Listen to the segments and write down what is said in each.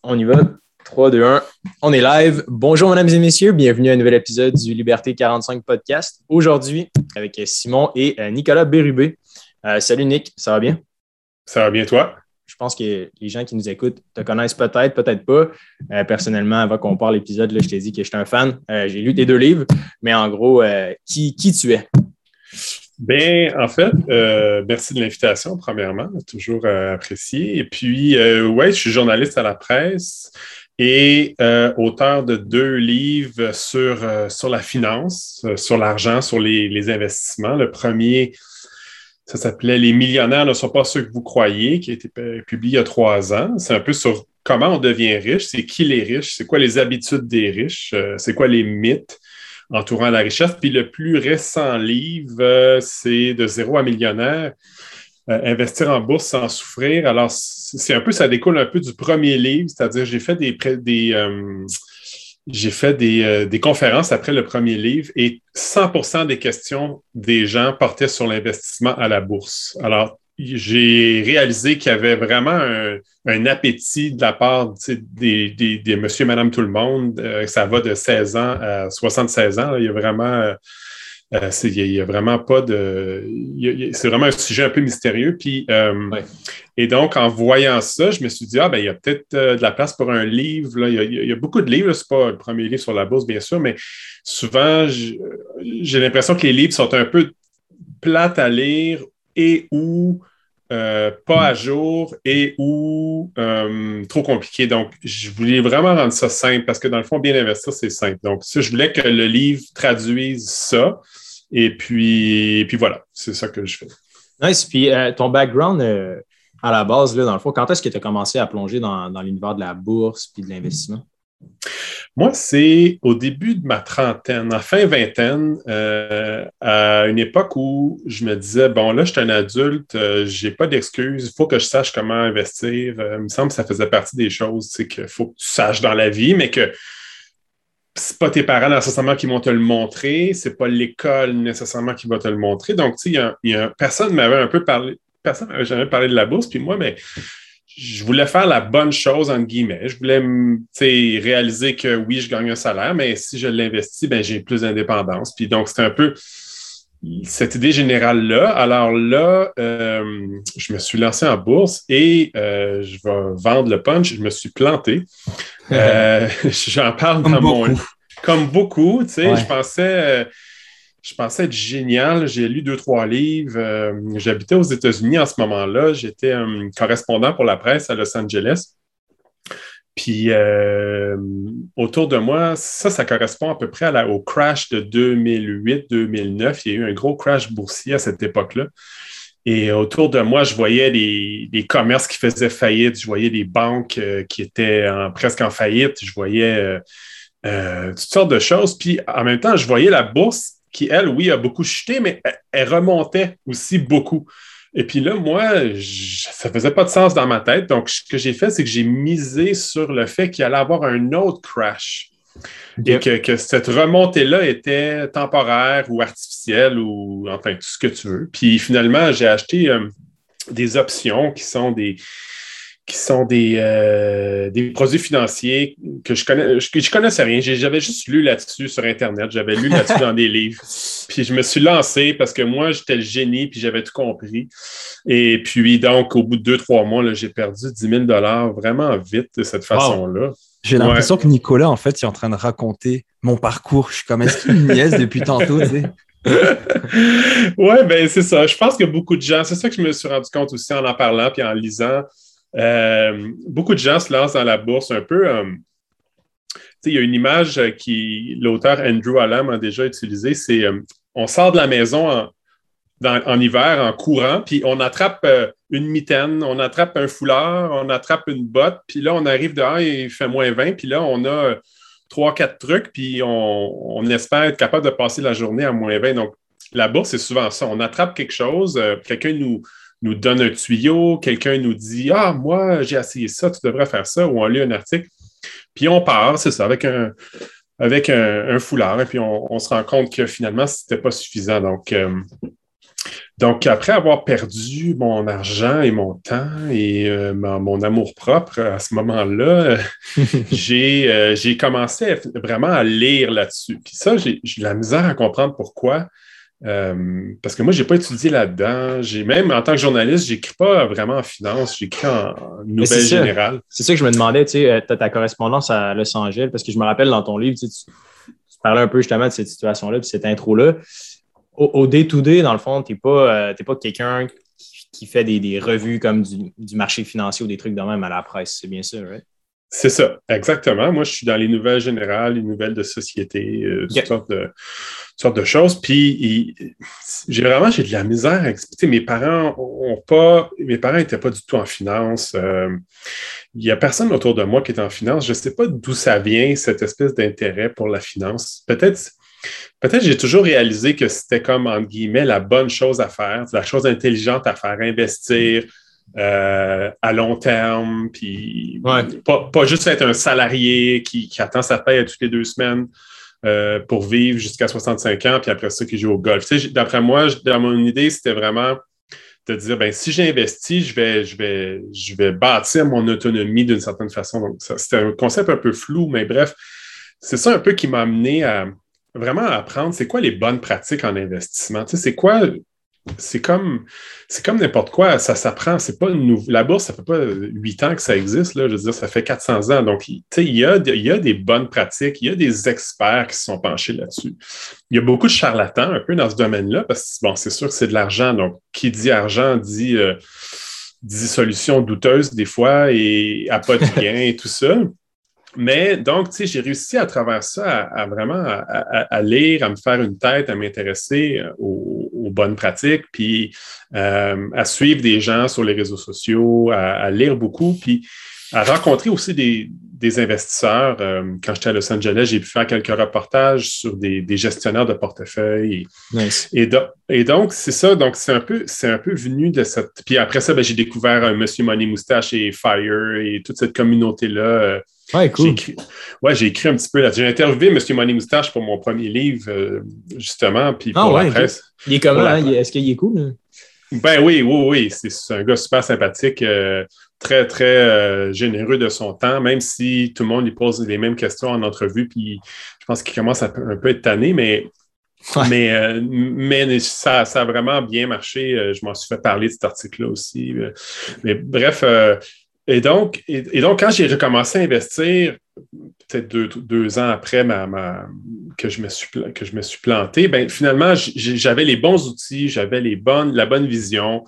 On y va. 3, 2, 1. On est live. Bonjour, mesdames et messieurs. Bienvenue à un nouvel épisode du Liberté 45 podcast. Aujourd'hui, avec Simon et Nicolas Bérubé. Salut, Nick. Ça va bien? Ça va bien, toi? Je pense que les gens qui nous écoutent te connaissent peut-être, peut-être pas. Personnellement, avant qu'on parle l'épisode, je t'ai dit que j'étais un fan. J'ai lu tes 2 livres, mais en gros, qui tu es? Bien, en fait, merci de l'invitation, premièrement, toujours apprécié. Et puis, ouais, je suis journaliste à la presse et auteur de 2 livres sur la finance, sur l'argent, sur les investissements. Le premier, ça s'appelait Les millionnaires ne sont pas ceux que vous croyez, qui a été publié il y a 3 ans. C'est un peu sur comment on devient riche, c'est qui les riches, c'est quoi les habitudes des riches, c'est quoi les mythes entourant la richesse. Puis le plus récent livre, c'est De zéro à millionnaire, investir en bourse sans souffrir. Alors, c'est un peu, ça découle un peu du premier livre, c'est-à-dire j'ai fait des conférences après le premier livre et 100% des questions des gens portaient sur l'investissement à la bourse. Alors, j'ai réalisé qu'il y avait vraiment un appétit de la part des monsieur, madame, tout le monde. Ça va de 16 ans à 76 ans. Là. Il y a vraiment... il y a vraiment pas de... c'est vraiment un sujet un peu mystérieux. Puis, Ouais. et donc, en voyant ça, je me suis dit, il y a peut-être de la place pour un livre. Là. Il y a beaucoup de livres. Ce n'est pas le premier livre sur la bourse, bien sûr, mais souvent, j'ai l'impression que les livres sont un peu plates à lire et ou pas à jour et ou trop compliqué. Donc, je voulais vraiment rendre ça simple parce que dans le fond, bien investir, c'est simple. Donc, ça, je voulais que le livre traduise ça. Et puis voilà, c'est ça que je fais. Nice. Puis ton background à la base, là, dans le fond, quand est-ce que tu as commencé à plonger dans l'univers de la bourse et de l'investissement? Moi, c'est au début de ma trentaine, en fin vingtaine, à une époque où je me disais, bon, là, je suis un adulte, j'ai pas d'excuses, il faut que je sache comment investir. Il me semble que ça faisait partie des choses, c'est qu'il faut que tu saches dans la vie, mais que c'est pas tes parents nécessairement qui vont te le montrer, c'est pas l'école nécessairement qui va te le montrer. Donc, tu sais, personne m'avait un peu parlé, personne m'avait jamais parlé de la bourse, puis moi, mais je voulais faire la bonne chose, entre guillemets. Je voulais réaliser que oui, je gagne un salaire, mais si je l'investis, ben, j'ai plus d'indépendance. Puis donc, c'était un peu cette idée générale-là. Alors là, je me suis lancé en bourse et je vais vendre le punch. Je me suis planté. J'en parle Comme dans beaucoup. Comme beaucoup, tu sais, Ouais. je pensais être génial. J'ai lu 2, 3 livres. J'habitais aux États-Unis en ce moment-là. J'étais correspondant pour la presse à Los Angeles. Puis, autour de moi, ça correspond à peu près au crash de 2008-2009. Il y a eu un gros crash boursier à cette époque-là. Et autour de moi, je voyais des commerces qui faisaient faillite. Je voyais des banques qui étaient presque en faillite. Je voyais toutes sortes de choses. Puis, en même temps, je voyais la bourse qui, elle, oui, a beaucoup chuté, mais elle remontait aussi beaucoup. Et puis là, moi, ça faisait pas de sens dans ma tête. Donc, ce que j'ai fait, c'est que j'ai misé sur le fait qu'il allait y avoir un autre crash. Et que cette remontée-là était temporaire ou artificielle ou enfin tout ce que tu veux. Puis finalement, j'ai acheté des options qui sont des produits financiers que je connaissais rien. J'avais juste lu là-dessus sur Internet. J'avais lu là-dessus dans des livres. Puis je me suis lancé parce que moi, j'étais le génie puis j'avais tout compris. Et puis donc, au bout de 2, 3 mois, là, j'ai perdu 10 000 vraiment vite de cette façon-là. J'ai l'impression que Nicolas, en fait, il est en train de raconter mon parcours. Je suis comme, est-ce qu'il me niaise depuis tantôt, tu sais? Ouais, ben c'est ça. Je pense que beaucoup de gens, c'est ça que je me suis rendu compte aussi en parlant puis en lisant. Beaucoup de gens se lancent dans la bourse un peu. Il y a une image qui l'auteur Andrew Allam a déjà utilisée, c'est on sort de la maison en hiver en courant, puis on attrape une mitaine, on attrape un foulard, on attrape une botte, puis là, on arrive dehors, il fait -20, puis là, on a 3, 4 trucs, puis on espère être capable de passer la journée à -20. Donc, la bourse, c'est souvent ça. On attrape quelque chose, quelqu'un nous donne un tuyau, quelqu'un nous dit « Ah, moi, j'ai essayé ça, tu devrais faire ça », ou on lit un article, puis on part, c'est ça, avec un foulard, et puis on se rend compte que finalement, ce n'était pas suffisant. Donc, Donc, après avoir perdu mon argent et mon temps et mon amour-propre à ce moment-là, j'ai commencé vraiment à lire là-dessus. Puis ça, j'ai de la misère à comprendre pourquoi. Parce que moi, je n'ai pas étudié là-dedans. Même en tant que journaliste, je n'écris pas vraiment en finance, j'écris en nouvelles générales. C'est ça que je me demandais, tu sais, tu as ta correspondance à Los Angeles, parce que je me rappelle dans ton livre, tu parlais un peu justement de cette situation-là, puis cette intro-là. Au day-to-day, dans le fond, tu n'es pas quelqu'un qui fait des revues comme du marché financier ou des trucs de même à la presse. C'est bien ça, right? C'est ça, exactement. Moi, je suis dans les nouvelles générales, les nouvelles de société, toutes sortes de choses. Puis, j'ai de la misère à expliquer. Mes parents n'étaient pas du tout en finance. Il n'y a personne autour de moi qui est en finance. Je ne sais pas d'où ça vient, cette espèce d'intérêt pour la finance. Peut-être j'ai toujours réalisé que c'était comme, entre guillemets, la bonne chose à faire, la chose intelligente à faire, investir à long terme, puis pas juste être un salarié qui attend sa paye toutes les 2 semaines pour vivre jusqu'à 65 ans, puis après ça, qui joue au golf. Tu sais, d'après moi, dans mon idée, c'était vraiment de dire, ben si j'investis, je vais bâtir mon autonomie d'une certaine façon. Donc, c'était un concept un peu flou, mais bref, c'est ça un peu qui m'a amené à vraiment apprendre c'est quoi les bonnes pratiques en investissement. Tu sais, c'est quoi... C'est comme n'importe quoi, ça s'apprend. C'est pas la bourse, ça fait pas 8 ans que ça existe, là. Je veux dire, ça fait 400 ans. Donc, il y a des bonnes pratiques, il y a des experts qui se sont penchés là-dessus. Il y a beaucoup de charlatans un peu dans ce domaine-là, parce que, bon, c'est sûr que c'est de l'argent. Donc, qui dit argent dit solutions douteuses des fois et à pas de gain et tout ça. Mais donc, tu sais, j'ai réussi à travers ça à vraiment lire, à me faire une tête, à m'intéresser aux bonnes pratiques, puis à suivre des gens sur les réseaux sociaux, à lire beaucoup, puis à rencontrer aussi des investisseurs. Quand j'étais à Los Angeles, j'ai pu faire quelques reportages sur des gestionnaires de portefeuille. Nice. Et donc, c'est ça. Donc, c'est un peu venu de cette... Puis après ça, j'ai découvert Monsieur Money Moustache et Fire et toute cette communauté-là. Ouais, cool. J'ai écrit un petit peu là. J'ai interviewé M. Money Moustache pour mon premier livre, justement, puis pour la presse. Il est comment? Est-ce qu'il est cool? Ben oui. C'est un gars super sympathique, très, très généreux de son temps, même si tout le monde lui pose les mêmes questions en entrevue, puis je pense qu'il commence à un peu être tanné, mais ça a vraiment bien marché. Je m'en suis fait parler de cet article-là aussi. Mais bref... Et donc, quand j'ai recommencé à investir, peut-être deux ans après que je me suis planté, ben, finalement, j'avais les bons outils, j'avais la bonne vision.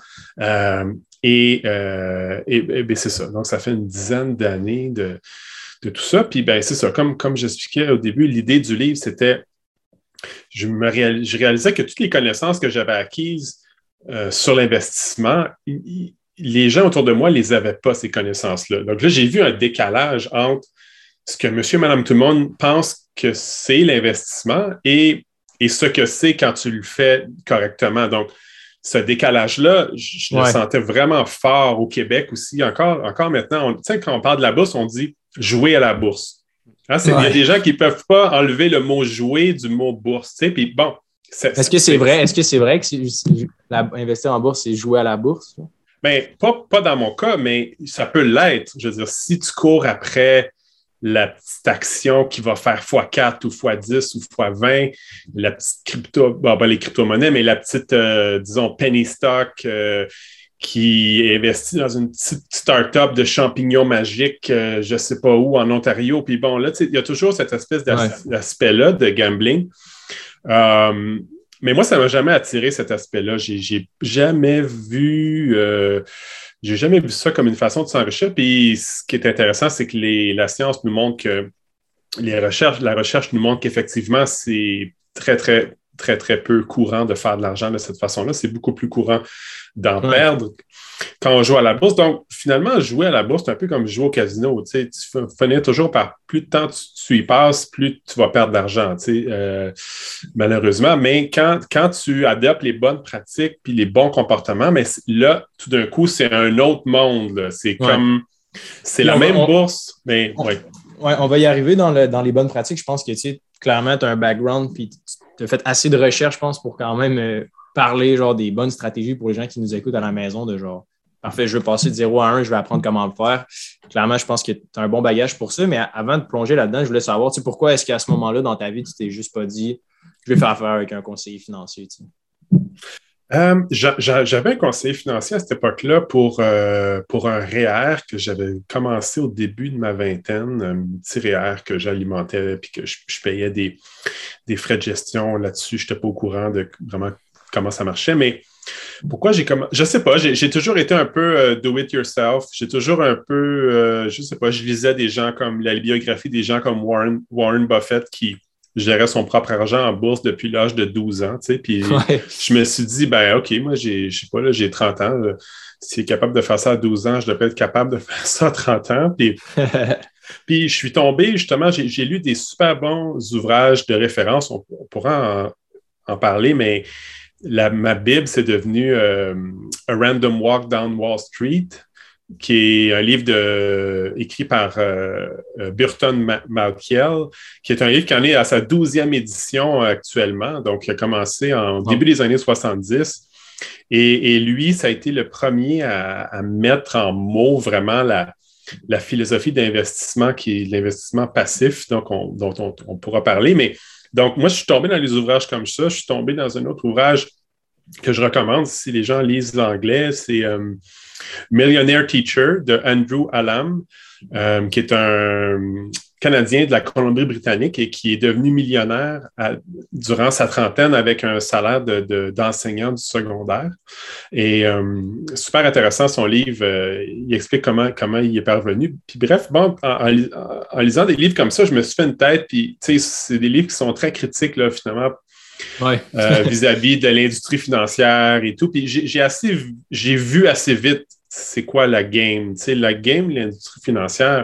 Et ben, c'est ça. Donc, ça fait une dizaine d'années de tout ça. Puis, ben, c'est ça. Comme j'expliquais au début, l'idée du livre, c'était, je réalisais que toutes les connaissances que j'avais acquises sur l'investissement, les gens autour de moi ne les avaient pas, ces connaissances-là. Donc là, j'ai vu un décalage entre ce que monsieur, madame, tout le monde pense que c'est l'investissement et ce que c'est quand tu le fais correctement. Donc, ce décalage-là, je le sentais vraiment fort au Québec aussi. Encore maintenant, tu sais, quand on parle de la bourse, on dit « jouer à la bourse ». Hein, il y a des gens qui ne peuvent pas enlever le mot « jouer » du mot « bourse ». Tu sais, puis bon... Est-ce que c'est vrai que investir en bourse, c'est jouer à la bourse? Bien, pas dans mon cas, mais ça peut l'être. Je veux dire, si tu cours après la petite action qui va faire x4 ou x10 ou x20, la petite pas les crypto-monnaies, mais la petite, disons, penny stock qui investit dans une petite start-up de champignons magiques, je ne sais pas où, en Ontario. Puis bon, là, il y a toujours cette espèce d'aspect-là de gambling. Mais moi, ça ne m'a jamais attiré cet aspect-là. J'ai jamais vu ça comme une façon de s'enrichir. Puis ce qui est intéressant, c'est que la science nous montre que la recherche nous montre qu'effectivement, c'est très, très, très, très peu courant de faire de l'argent de cette façon-là. C'est beaucoup plus courant d'en perdre quand on joue à la bourse. Donc, finalement, jouer à la bourse, c'est un peu comme jouer au casino. Tu sais, tu finis toujours par plus de temps tu y passes, plus tu vas perdre d'argent, tu sais, malheureusement. Mais quand tu adoptes les bonnes pratiques puis les bons comportements, mais là, tout d'un coup, c'est un autre monde. Là. C'est comme... C'est la même bourse, mais... Ouais, on va y arriver dans les bonnes pratiques. Je pense que, tu sais, clairement, tu as un background puis tu as fait assez de recherche, je pense, pour quand même parler genre des bonnes stratégies pour les gens qui nous écoutent à la maison, de genre, parfait, je veux passer de 0 à 1, je vais apprendre comment le faire. Clairement, je pense que tu as un bon bagage pour ça, mais avant de plonger là-dedans, je voulais savoir, pourquoi est-ce qu'à ce moment-là, dans ta vie, tu t'es juste pas dit, je vais faire affaire avec un conseiller financier, tu sais? J'avais un conseiller financier à cette époque-là pour un REER que j'avais commencé au début de ma vingtaine, un petit REER que j'alimentais puis que je payais des frais de gestion là-dessus. Je n'étais pas au courant de vraiment comment ça marchait, mais pourquoi j'ai commencé? Je sais pas, j'ai toujours été un peu do it yourself. J'ai toujours un peu, je sais pas, je lisais des gens comme la biographie des gens comme Warren Buffett qui gérait son propre argent en bourse depuis l'âge de 12 ans, tu sais, puis je me suis dit, ben OK, moi, je sais pas, là, j'ai 30 ans, s'il est capable de faire ça à 12 ans, je devrais être capable de faire ça à 30 ans, puis je suis tombé, justement, j'ai lu des super bons ouvrages de référence, on pourra en parler, mais ma Bible, c'est devenu A Random Walk Down Wall Street, qui est un livre écrit par Burton Malkiel, qui est un livre qui en est à sa 12e édition actuellement, donc il a commencé en début des années 70. Et lui, ça a été le premier à mettre en mots vraiment la philosophie d'investissement qui est l'investissement passif, donc dont on pourra parler. Mais donc, moi, je suis tombé dans les ouvrages comme ça. Je suis tombé dans un autre ouvrage que je recommande si les gens lisent l'anglais, c'est Millionaire Teacher de Andrew Hallam, qui est un Canadien de la Colombie-Britannique et qui est devenu millionnaire durant sa trentaine avec un salaire d'enseignant du secondaire. Et super intéressant son livre, il explique comment il est parvenu. Puis bref, bon, en lisant des livres comme ça, je me suis fait une tête, puis tu sais, c'est des livres qui sont très critiques, là, finalement, vis-à-vis de l'industrie financière et tout. Puis j'ai vu assez vite c'est quoi la game. Tu sais, la game, l'industrie financière,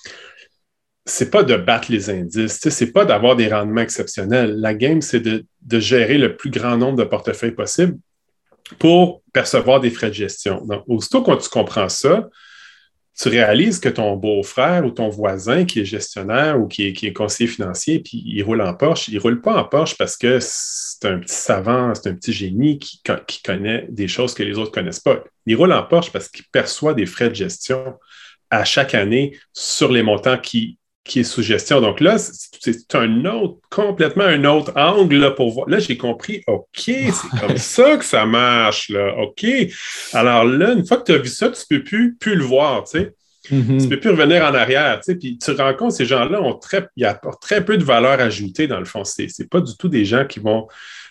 c'est pas de battre les indices, tu sais, c'est pas d'avoir des rendements exceptionnels. La game, c'est de gérer le plus grand nombre de portefeuilles possible pour percevoir des frais de gestion. Donc, aussitôt quand tu comprends ça, tu réalises que ton beau-frère ou ton voisin qui est gestionnaire ou qui est conseiller financier, puis il roule en Porsche, il ne roule pas en Porsche parce que c'est un petit savant, c'est un petit génie qui connaît des choses que les autres ne connaissent pas. Il roule en Porsche parce qu'il perçoit des frais de gestion à chaque année sur les montants qui est sous gestion. Donc là, c'est complètement un autre angle là, pour voir. Là, j'ai compris, OK, c'est comme ça que ça marche, là. OK. Alors là, une fois que tu as vu ça, tu ne peux plus le voir, tu sais. Mm-hmm. Tu ne peux plus revenir en arrière, tu sais. Puis tu te rends compte, ces gens-là ils apportent très peu de valeur ajoutée, dans le fond. C'est pas du tout des gens qui vont...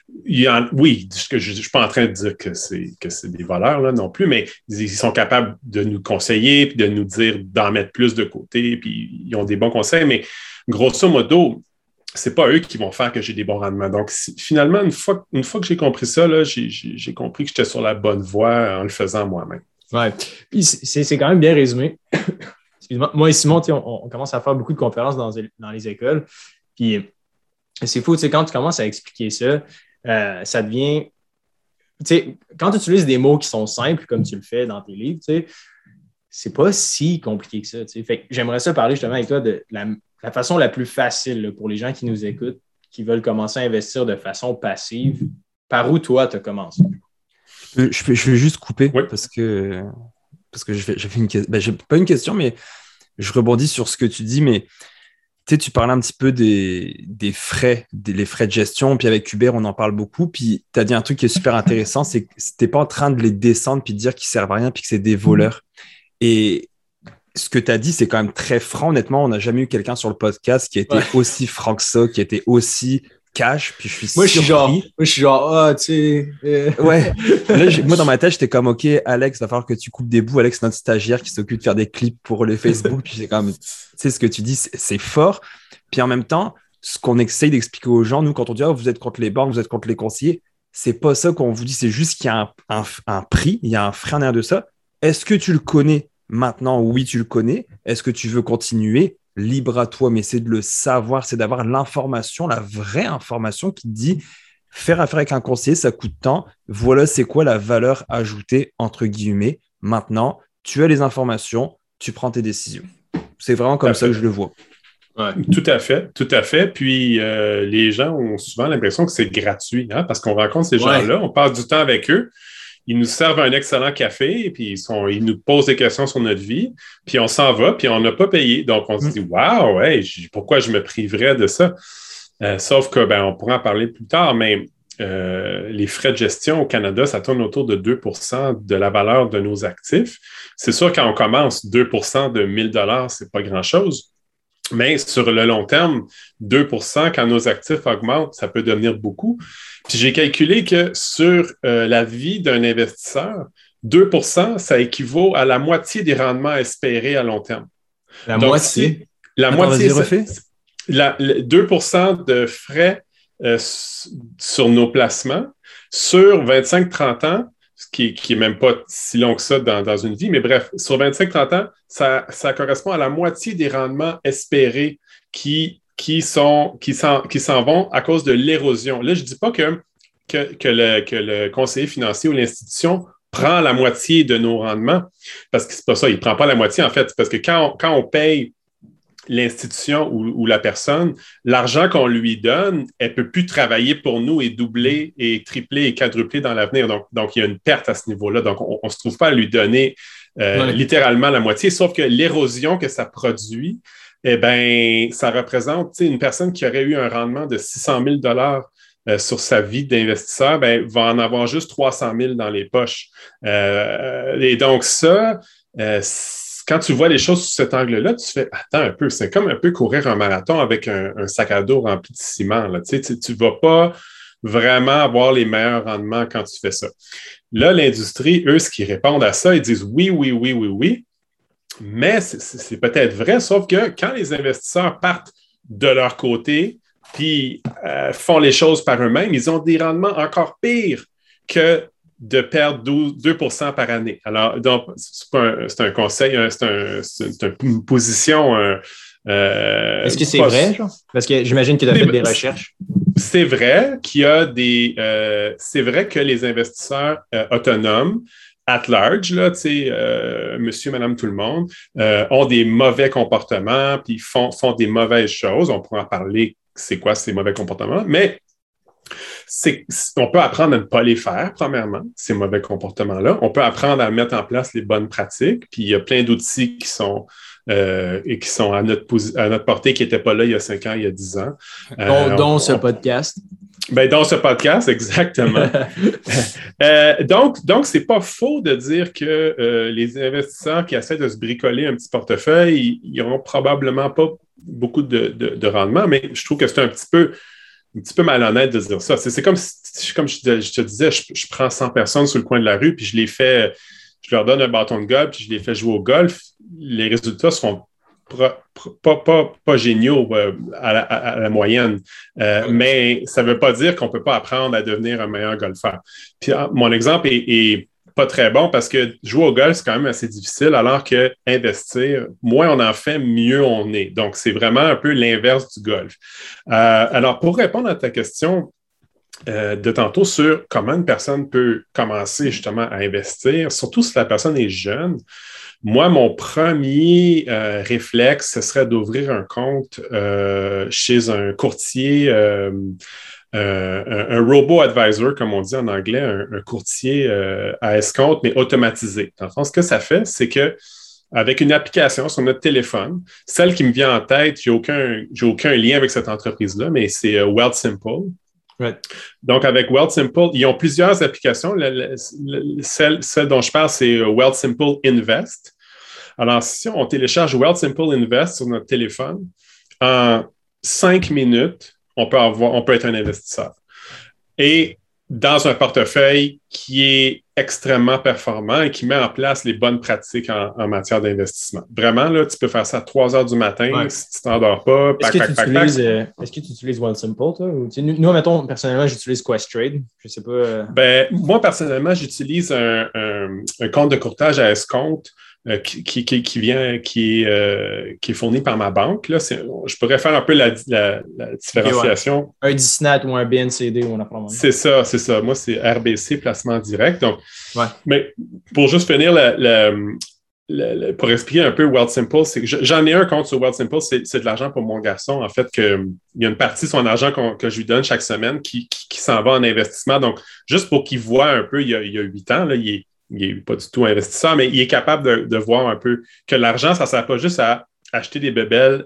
Oui, je ne suis pas en train de dire que c'est des voleurs là, non plus, mais ils sont capables de nous conseiller puis de nous dire d'en mettre plus de côté, puis ils ont des bons conseils, mais grosso modo, c'est pas eux qui vont faire que j'ai des bons rendements. Donc, finalement, une fois que j'ai compris ça, là, j'ai compris que j'étais sur la bonne voie en le faisant moi-même. Ouais, puis c'est quand même bien résumé. Excuse-moi. Moi et Simon, on commence à faire beaucoup de conférences dans les écoles, puis c'est fou, tu sais, quand tu commences à expliquer ça, ça devient... Tu sais, quand tu utilises des mots qui sont simples, comme tu le fais dans tes livres, tu sais, c'est pas si compliqué que ça. Tu sais. Fait que j'aimerais ça parler justement avec toi de la façon la plus facile là, pour les gens qui nous écoutent, qui veulent commencer à investir de façon passive. Par où, toi, tu as commencé? Je vais juste couper oui. parce que j'ai fait une question. J'ai pas une question, mais je rebondis sur ce que tu dis, mais tu parlais un petit peu des frais, les frais de gestion, puis avec Uber, on en parle beaucoup, puis tu as dit un truc qui est super intéressant, c'est que tu n'es pas en train de les descendre puis de dire qu'ils ne servent à rien puis que c'est des voleurs. Et ce que tu as dit, c'est quand même très franc. Honnêtement, on n'a jamais eu quelqu'un sur le podcast qui a été aussi franc que ça, qui a été aussi cash, puis je suis surpris. Moi, je suis genre, tu sais... Ouais. Là, moi, dans ma tête, j'étais comme, OK, Alex, il va falloir que tu coupes des bouts. Alex, c'est notre stagiaire qui s'occupe de faire des clips pour le Facebook. Puis c'est comme, tu sais, ce que tu dis, c'est fort. Puis en même temps, ce qu'on essaye d'expliquer aux gens, nous, quand on dit, oh, vous êtes contre les banques, vous êtes contre les conseillers, c'est pas ça qu'on vous dit. C'est juste qu'il y a un prix, il y a un frein derrière de ça. Est-ce que tu le connais maintenant? Oui, tu le connais. Est-ce que tu veux continuer? Libre à toi, mais c'est de le savoir, c'est d'avoir l'information, la vraie information qui te dit faire affaire avec un conseiller, ça coûte tant. Voilà, c'est quoi la valeur ajoutée, entre guillemets. Maintenant, tu as les informations, tu prends tes décisions. C'est vraiment comme ça que je le vois. Ouais. Tout à fait, tout à fait. Puis les gens ont souvent l'impression que c'est gratuit, hein, parce qu'on rencontre ces gens-là, on passe du temps avec eux, ils nous servent un excellent café, puis ils nous posent des questions sur notre vie, puis on s'en va, puis on n'a pas payé. Donc on se dit, waouh, ouais, pourquoi je me priverais de ça? Sauf que, on pourra en parler plus tard, mais les frais de gestion au Canada, ça tourne autour de 2% de la valeur de nos actifs. C'est sûr, quand on commence, 2% de 1 000 $, c'est pas grand-chose. Mais sur le long terme, 2%, quand nos actifs augmentent, ça peut devenir beaucoup. Puis j'ai calculé que sur la vie d'un investisseur, 2%, ça équivaut à la moitié des rendements espérés à long terme. Moitié? La moitié, 2% de frais sur nos placements sur 25-30 ans, ce qui n'est même pas si long que ça dans une vie, mais bref, sur 25-30 ans, ça correspond à la moitié des rendements espérés qui s'en vont à cause de l'érosion. Là, je ne dis pas que le conseiller financier ou l'institution prend la moitié de nos rendements, parce que c'est pas ça, il ne prend pas la moitié, en fait, c'est parce que quand on paye l'institution ou la personne, l'argent qu'on lui donne, elle ne peut plus travailler pour nous et doubler et tripler et quadrupler dans l'avenir. Donc, il y a une perte à ce niveau-là. Donc, on ne se trouve pas à lui donner littéralement la moitié, sauf que l'érosion que ça produit, ça représente une personne qui aurait eu un rendement de 600 000 $ sur sa vie d'investisseur, va en avoir juste 300 000 dans les poches. Et donc, ça, quand tu vois les choses sous cet angle-là, tu fais « Attends un peu, c'est comme un peu courir un marathon avec un sac à dos rempli de ciment. Là. Tu ne vas pas vraiment avoir les meilleurs rendements quand tu fais ça. » Là, l'industrie, eux, ce qu'ils répondent à ça, ils disent « Oui, oui, oui, oui, oui. » Mais c'est peut-être vrai, sauf que quand les investisseurs partent de leur côté puis font les choses par eux-mêmes, ils ont des rendements encore pires que de perdre 2% par année. Alors, donc, c'est un conseil, c'est une position. Est-ce que c'est vrai, genre? Parce que j'imagine que tu as fait des recherches. C'est vrai qu'il y a c'est vrai que les investisseurs autonomes, at large, là, monsieur, madame, tout le monde, ont des mauvais comportements, puis font des mauvaises choses. On pourra en parler, c'est quoi ces mauvais comportements, mais on peut apprendre à ne pas les faire, premièrement, ces mauvais comportements-là. On peut apprendre à mettre en place les bonnes pratiques, puis il y a plein d'outils qui sont à notre portée, qui n'étaient pas là il y a 5 ans, il y a 10 ans. Dont ce podcast. Dans ce podcast, exactement. Donc, c'est pas faux de dire que les investisseurs qui essaient de se bricoler un petit portefeuille, ils n'auront probablement pas beaucoup de rendement, mais je trouve que c'est un petit peu malhonnête de dire ça. C'est comme je te disais, je prends 100 personnes sur le coin de la rue, puis je leur donne un bâton de golf, puis je les fais jouer au golf. Les résultats seront pas géniaux à la moyenne. Mais ça ne veut pas dire qu'on ne peut pas apprendre à devenir un meilleur golfeur. Puis mon exemple est pas très bon parce que jouer au golf, c'est quand même assez difficile, alors que investir, moins on en fait, mieux on est. Donc, c'est vraiment un peu l'inverse du golf. Alors, pour répondre à ta question de tantôt sur comment une personne peut commencer justement à investir, surtout si la personne est jeune, moi, mon premier réflexe, ce serait d'ouvrir un compte chez un courtier, un robo-advisor, comme on dit en anglais, un courtier à escompte, mais automatisé. Dans le fond, ce que ça fait, c'est que avec une application sur notre téléphone, celle qui me vient en tête, j'ai aucun lien avec cette entreprise-là, mais c'est Wealthsimple. Right. Donc, avec Wealthsimple, ils ont plusieurs applications. Celle dont je parle, c'est Wealthsimple Invest. Alors, si on télécharge Wealthsimple Invest sur notre téléphone, en 5 minutes, on peut être un investisseur. Et dans un portefeuille qui est extrêmement performant et qui met en place les bonnes pratiques en matière d'investissement. Vraiment, là, tu peux faire ça à 3 heures du matin si tu ne t'endors pas. Est-ce que tu utilises Wealthsimple, toi? Nous, mettons, personnellement, j'utilise Questrade. Je ne sais pas. Moi, personnellement, j'utilise un compte de courtage à escompte qui est fourni par ma banque. Là, je pourrais faire un peu la différenciation. Un DISNAT ou un BNCD ou un affaire. C'est ça. Moi, c'est RBC, placement direct. Donc, ouais. Mais pour juste finir pour expliquer un peu Wealthsimple, c'est que j'en ai un compte sur Wealthsimple, c'est de l'argent pour mon garçon. En fait, il y a une partie de son argent que je lui donne chaque semaine qui s'en va en investissement. Donc, juste pour qu'il voit un peu, il y a 8 ans, là, il n'est pas du tout investisseur, mais il est capable de voir un peu que l'argent, ça ne sert pas juste à acheter des bébelles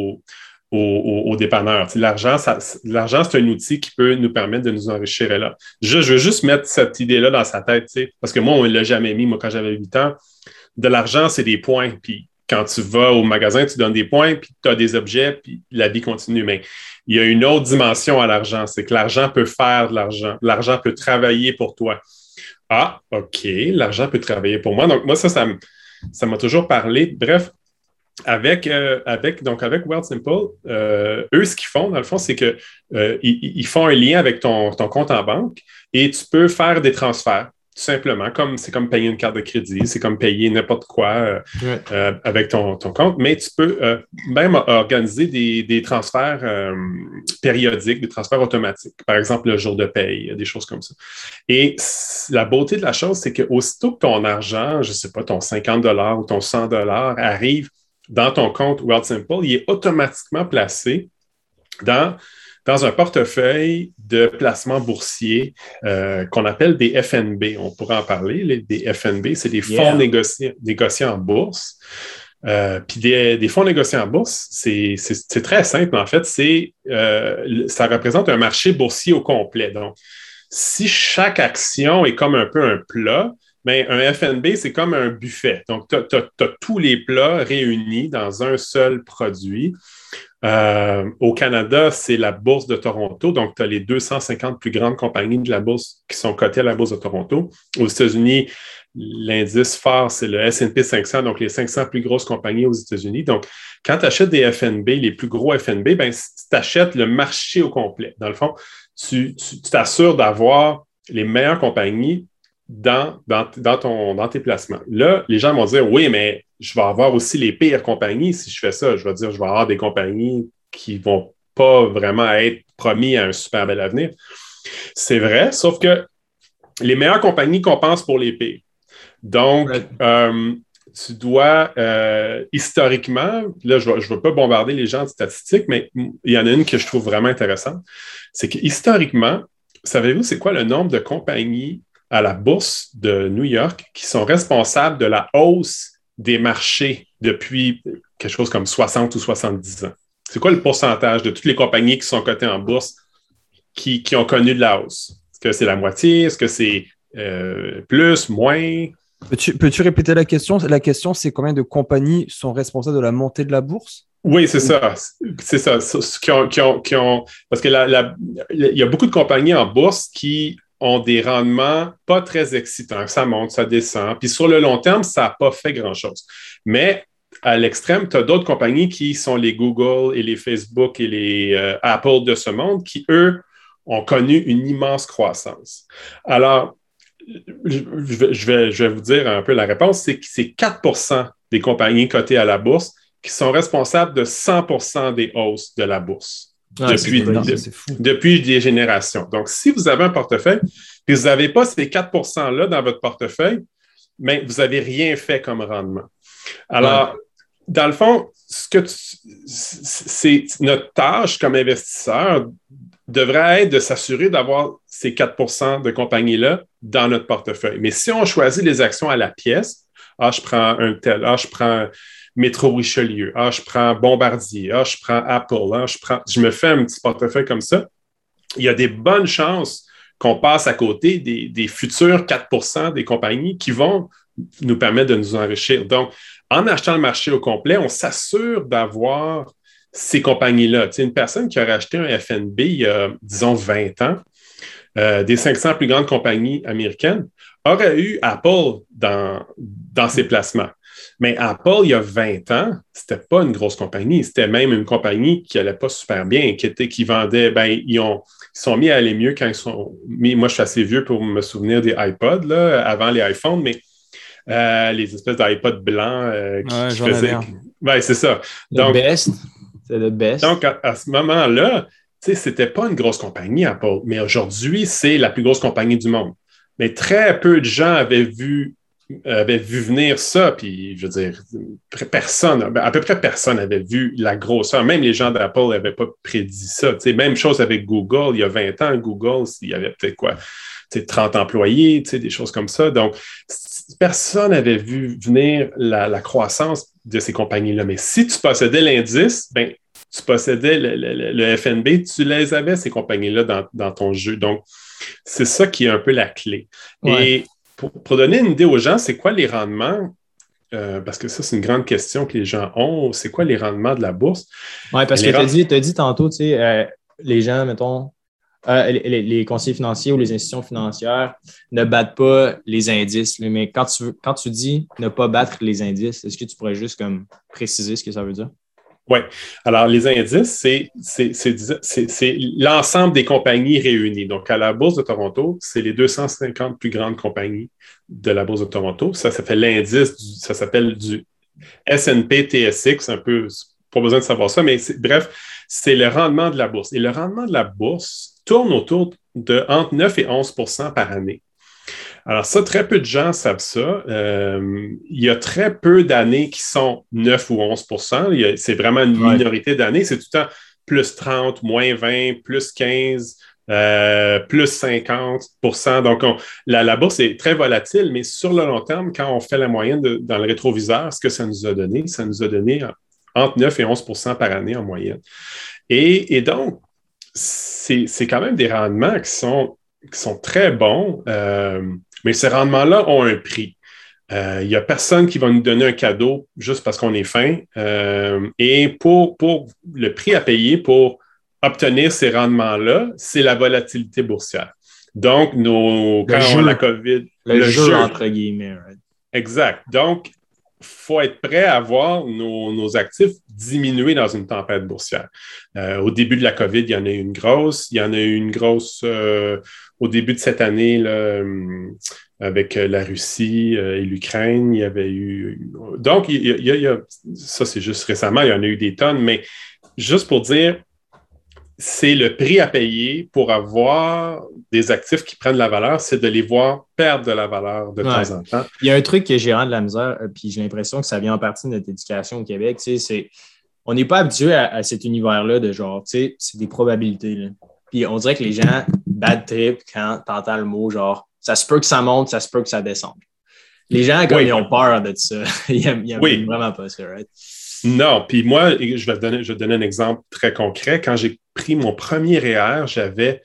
aux dépanneurs. L'argent, c'est un outil qui peut nous permettre de nous enrichir. Et là, je veux juste mettre cette idée-là dans sa tête, parce que moi, on ne l'a jamais mis. Moi, quand j'avais 8 ans, de l'argent, c'est des points. Puis quand tu vas au magasin, tu donnes des points, puis tu as des objets, puis la vie continue. Mais il y a une autre dimension à l'argent, c'est que l'argent peut faire de l'argent. L'argent peut travailler pour toi. Ah, OK, l'argent peut travailler pour moi. Donc, moi, ça m'a toujours parlé. Bref, avec Wealthsimple, eux, ce qu'ils font, dans le fond, c'est que ils font un lien avec ton compte en banque et tu peux faire des transferts. Tout simplement, c'est comme payer une carte de crédit, c'est comme payer n'importe quoi avec ton compte, mais tu peux même organiser des transferts périodiques, des transferts automatiques, par exemple le jour de paye, des choses comme ça. Et la beauté de la chose, c'est qu'aussitôt que ton argent, je ne sais pas, ton 50 $ ou ton 100 $ arrive dans ton compte Wealthsimple, il est automatiquement placé dans un portefeuille de placements boursiers qu'on appelle des FNB. On pourrait en parler. Des FNB, c'est des fonds négociés en bourse. Puis des fonds négociés en bourse, c'est très simple, en fait. Ça représente un marché boursier au complet. Donc, si chaque action est comme un peu un plat, mais un FNB, c'est comme un buffet. Donc, tu as tous les plats réunis dans un seul produit. Au Canada, c'est la Bourse de Toronto. Donc, tu as les 250 plus grandes compagnies de la bourse qui sont cotées à la Bourse de Toronto. Aux États-Unis, l'indice phare, c'est le S&P 500, donc les 500 plus grosses compagnies aux États-Unis. Donc, quand tu achètes des FNB, les plus gros FNB, ben, tu achètes le marché au complet. Dans le fond, tu t'assures d'avoir les meilleures compagnies dans tes placements. Là, les gens vont dire, oui, mais je vais avoir aussi les pires compagnies si je fais ça. Je vais dire, je vais avoir des compagnies qui ne vont pas vraiment être promis à un super bel avenir. C'est vrai, sauf que les meilleures compagnies compensent pour les pires. Donc, tu dois, historiquement, là, je ne veux pas bombarder les gens de statistiques, mais il y en a une que je trouve vraiment intéressante. C'est que historiquement, savez-vous c'est quoi le nombre de compagnies à la bourse de New York qui sont responsables de la hausse des marchés depuis quelque chose comme 60 ou 70 ans? C'est quoi le pourcentage de toutes les compagnies qui sont cotées en bourse qui ont connu de la hausse? Est-ce que c'est la moitié? Est-ce que c'est plus, moins? Peux-tu répéter la question? La question, c'est combien de compagnies sont responsables de la montée de la bourse? Oui, c'est ça. C'est ça. Parce que il y a beaucoup de compagnies en bourse qui ont des rendements pas très excitants. Ça monte, ça descend. Puis sur le long terme, ça n'a pas fait grand-chose. Mais à l'extrême, tu as d'autres compagnies qui sont les Google et les Facebook et les Apple de ce monde qui, eux, ont connu une immense croissance. Alors, je vais vous dire un peu la réponse, c'est que c'est 4% des compagnies cotées à la bourse qui sont responsables de 100% des hausses de la bourse. Depuis des générations. Donc, si vous avez un portefeuille et vous n'avez pas ces 4%-là dans votre portefeuille, mais vous n'avez rien fait comme rendement. Alors, dans le fond, c'est notre tâche comme investisseur devrait être de s'assurer d'avoir ces 4% de compagnies-là dans notre portefeuille. Mais si on choisit les actions à la pièce, je prends un tel, je prends Métro Richelieu, je prends Bombardier, je prends Apple, je me fais un petit portefeuille comme ça, il y a des bonnes chances qu'on passe à côté des futurs 4% des compagnies qui vont nous permettre de nous enrichir. Donc, en achetant le marché au complet, on s'assure d'avoir ces compagnies-là. Tu sais, une personne qui aurait acheté un FNB il y a, disons, 20 ans, des 500 plus grandes compagnies américaines, aurait eu Apple dans ses placements. Mais Apple, il y a 20 ans, c'était pas une grosse compagnie. C'était même une compagnie qui allait pas super bien, qui vendait, ils sont mis à aller mieux quand ils sont mis. Moi, je suis assez vieux pour me souvenir des iPods, là, avant les iPhones, mais les espèces d'iPods blancs qui faisaient. Ouais, c'est ça. Donc, c'est le best. Donc, à ce moment-là, c'était pas une grosse compagnie, Apple, mais aujourd'hui, c'est la plus grosse compagnie du monde. Mais très peu de gens avaient vu avait vu venir ça, puis je veux dire, à peu près personne n'avait vu la grosseur. Même les gens d'Apple n'avaient pas prédit ça. Tu sais, même chose avec Google. Il y a 20 ans, Google, il y avait peut-être quoi, tu sais, 30 employés, tu sais, des choses comme ça. Donc, personne n'avait vu venir la croissance de ces compagnies-là. Mais si tu possédais l'indice, ben, tu possédais le FNB, tu les avais, ces compagnies-là, dans ton jeu. Donc, c'est ça qui est un peu la clé. Ouais. Et pour donner une idée aux gens, c'est quoi les rendements? Parce que ça, c'est une grande question que les gens ont. C'est quoi les rendements de la bourse? Oui, parce que tu as dit tantôt, tu sais, les gens, mettons, les conseillers financiers ou les institutions financières ne battent pas les indices. Mais quand tu dis ne pas battre les indices, est-ce que tu pourrais juste comme préciser ce que ça veut dire? Oui. Alors, les indices, c'est l'ensemble des compagnies réunies. Donc, à la Bourse de Toronto, c'est les 250 plus grandes compagnies de la Bourse de Toronto. Ça s'appelle l'indice, ça s'appelle du S&P TSX, un peu, pas besoin de savoir ça, mais bref, c'est le rendement de la bourse. Et le rendement de la bourse tourne autour de entre 9 et 11 % par année. Alors ça, très peu de gens savent ça. Il y a très peu d'années qui sont 9 ou 11 %. C'est vraiment une minorité d'années. C'est tout le temps plus 30, moins 20, plus 15, plus 50 %. Donc, la bourse est très volatile, mais sur le long terme, quand on fait la moyenne dans le rétroviseur, ce que ça nous a donné, entre 9 et 11 % par année en moyenne. Et donc, c'est quand même des rendements qui sont très bons, mais ces rendements-là ont un prix. Il n'y a personne qui va nous donner un cadeau juste parce qu'on est fin. Et pour le prix à payer pour obtenir ces rendements-là, c'est la volatilité boursière. Donc, la COVID... Le jeu, entre guillemets. Right? Exact. Donc, il faut être prêt à voir nos actifs diminuer dans une tempête boursière. Au début de la COVID, il y en a eu une grosse. Il y en a eu une grosse au début de cette année là, avec la Russie et l'Ukraine. Il y avait eu... Donc, ça, c'est juste récemment, il y en a eu des tonnes, mais juste pour dire, c'est le prix à payer pour avoir des actifs qui prennent de la valeur, c'est de les voir perdre de la valeur de temps en temps. Il y a un truc que j'ai rendu de la misère, puis j'ai l'impression que ça vient en partie de notre éducation au Québec, tu sais, on n'est pas habitué à cet univers-là de genre, tu sais, c'est des probabilités. Là. Puis on dirait que les gens bad trip quand tu entends le mot genre, ça se peut que ça monte, ça se peut que ça descende. Les gens, comme ils ont peur de ça, ils n'aiment vraiment pas ça, right? Non, puis moi, je vais te donner un exemple très concret. Quand j'ai pris mon premier REER, j'avais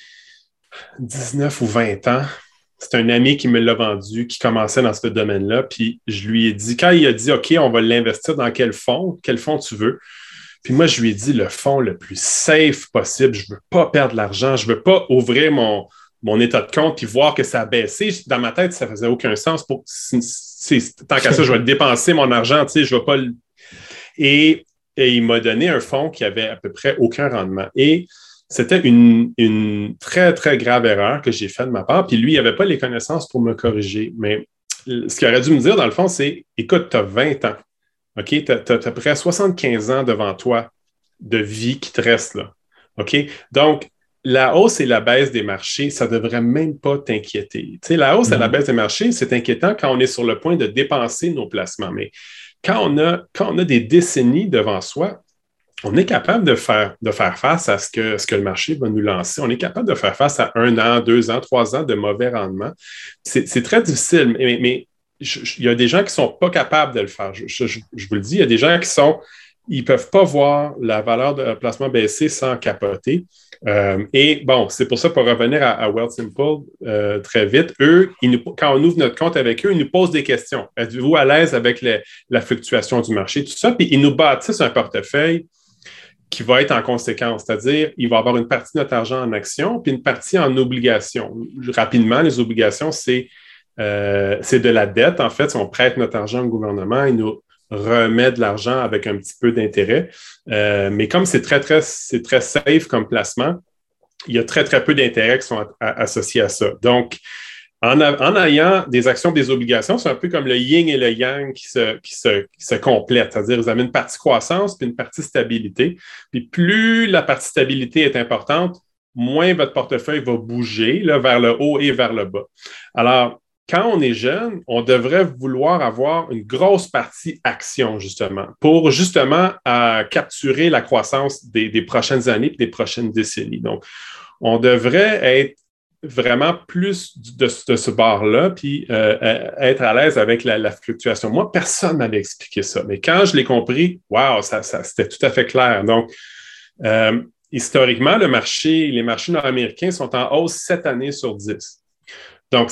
19 ou 20 ans. C'est un ami qui me l'a vendu, qui commençait dans ce domaine-là. Puis je lui ai dit, quand il a dit, OK, on va l'investir dans quel fonds tu veux? Puis moi, je lui ai dit, le fonds le plus safe possible. Je ne veux pas perdre de l'argent. Je ne veux pas ouvrir mon état de compte puis voir que ça a baissé. Dans ma tête, ça ne faisait aucun sens. Tant qu'à ça, je vais dépenser mon argent. Tu sais, je ne vais pas... Et il m'a donné un fonds qui avait à peu près aucun rendement. Et c'était une très, très grave erreur que j'ai faite de ma part. Puis lui, il n'avait pas les connaissances pour me corriger. Mais ce qu'il aurait dû me dire, dans le fond, c'est, écoute, tu as 20 ans. OK? Tu as à peu près 75 ans devant toi de vie qui te reste là. OK? Donc, la hausse et la baisse des marchés, ça ne devrait même pas t'inquiéter. Tu sais, la hausse et la baisse des marchés, c'est inquiétant quand on est sur le point de dépenser nos placements. Mais quand on a des décennies devant soi, on est capable de faire face à ce que le marché va nous lancer. On est capable de faire face à 1 an, 2 ans, 3 ans de mauvais rendement. C'est très difficile, mais il y a des gens qui ne sont pas capables de le faire. Je vous le dis, il y a des gens ils ne peuvent pas voir la valeur de placement baisser sans capoter. Et bon, c'est pour ça, pour revenir à Wealthsimple très vite, eux, quand on ouvre notre compte avec eux, ils nous posent des questions. Êtes-vous à l'aise avec la fluctuation du marché, tout ça? Puis ils nous bâtissent un portefeuille qui va être en conséquence, c'est-à-dire il va avoir une partie de notre argent en actions puis une partie en obligations. Rapidement, les obligations, c'est de la dette. En fait, si on prête notre argent au gouvernement, il nous remet de l'argent avec un petit peu d'intérêt. Mais comme c'est très safe comme placement, il y a très, très peu d'intérêts qui sont associés à ça. Donc, en ayant des actions, des obligations, c'est un peu comme le yin et le yang qui se complètent. C'est-à-dire, ils amènent une partie croissance puis une partie stabilité. Puis plus la partie stabilité est importante, moins votre portefeuille va bouger là, vers le haut et vers le bas. Alors, quand on est jeune, on devrait vouloir avoir une grosse partie action, justement, pour justement capturer la croissance des prochaines années et des prochaines décennies. Donc, on devrait être vraiment plus de ce bord-là, puis être à l'aise avec la fluctuation. Moi, personne ne m'avait expliqué ça, mais quand je l'ai compris, wow, c'était tout à fait clair. Donc, historiquement, les marchés nord-américains sont en hausse 7 années sur 10. Donc,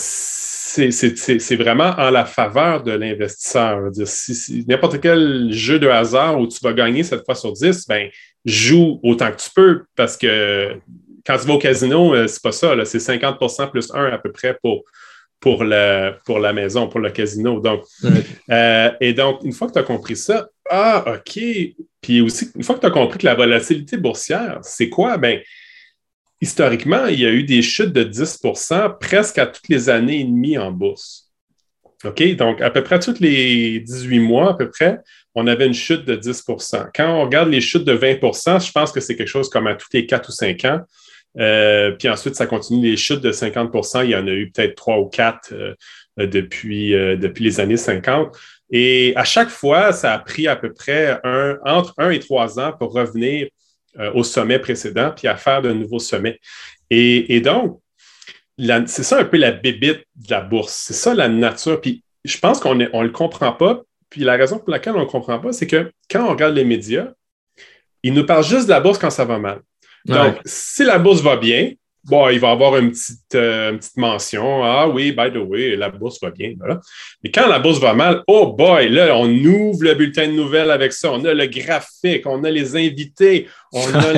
c'est vraiment en la faveur de l'investisseur. Si n'importe quel jeu de hasard où tu vas gagner 7 fois sur 10, ben, joue autant que tu peux parce que quand tu vas au casino, c'est pas ça, là, c'est 50% plus 1 à peu près pour la maison, pour le casino. Donc, et donc, une fois que tu as compris ça, OK. Puis aussi, une fois que tu as compris que la volatilité boursière, c'est quoi? Ben, historiquement, il y a eu des chutes de 10% presque à toutes les années et demie en bourse. OK? Donc, à peu près tous les 18 mois, à peu près, on avait une chute de 10%. Quand on regarde les chutes de 20%, je pense que c'est quelque chose comme à tous les 4 ou 5 ans. Puis ensuite, ça continue. Les chutes de 50%, il y en a eu peut-être 3 ou 4 depuis les années 50. Et à chaque fois, ça a pris à peu près entre 1 et 3 ans pour revenir au sommet précédent, puis à faire de nouveaux sommets. Et donc, c'est ça un peu la bébite de la bourse. C'est ça la nature. Puis je pense qu'on ne le comprend pas. Puis la raison pour laquelle on ne le comprend pas, c'est que quand on regarde les médias, ils nous parlent juste de la bourse quand ça va mal. Donc, si la bourse va bien, bon, il va y avoir une petite mention. Ah oui, by the way, la bourse va bien. Voilà. Mais quand la bourse va mal, oh boy, là, on ouvre le bulletin de nouvelles avec ça. On a le graphique, on a les invités, on a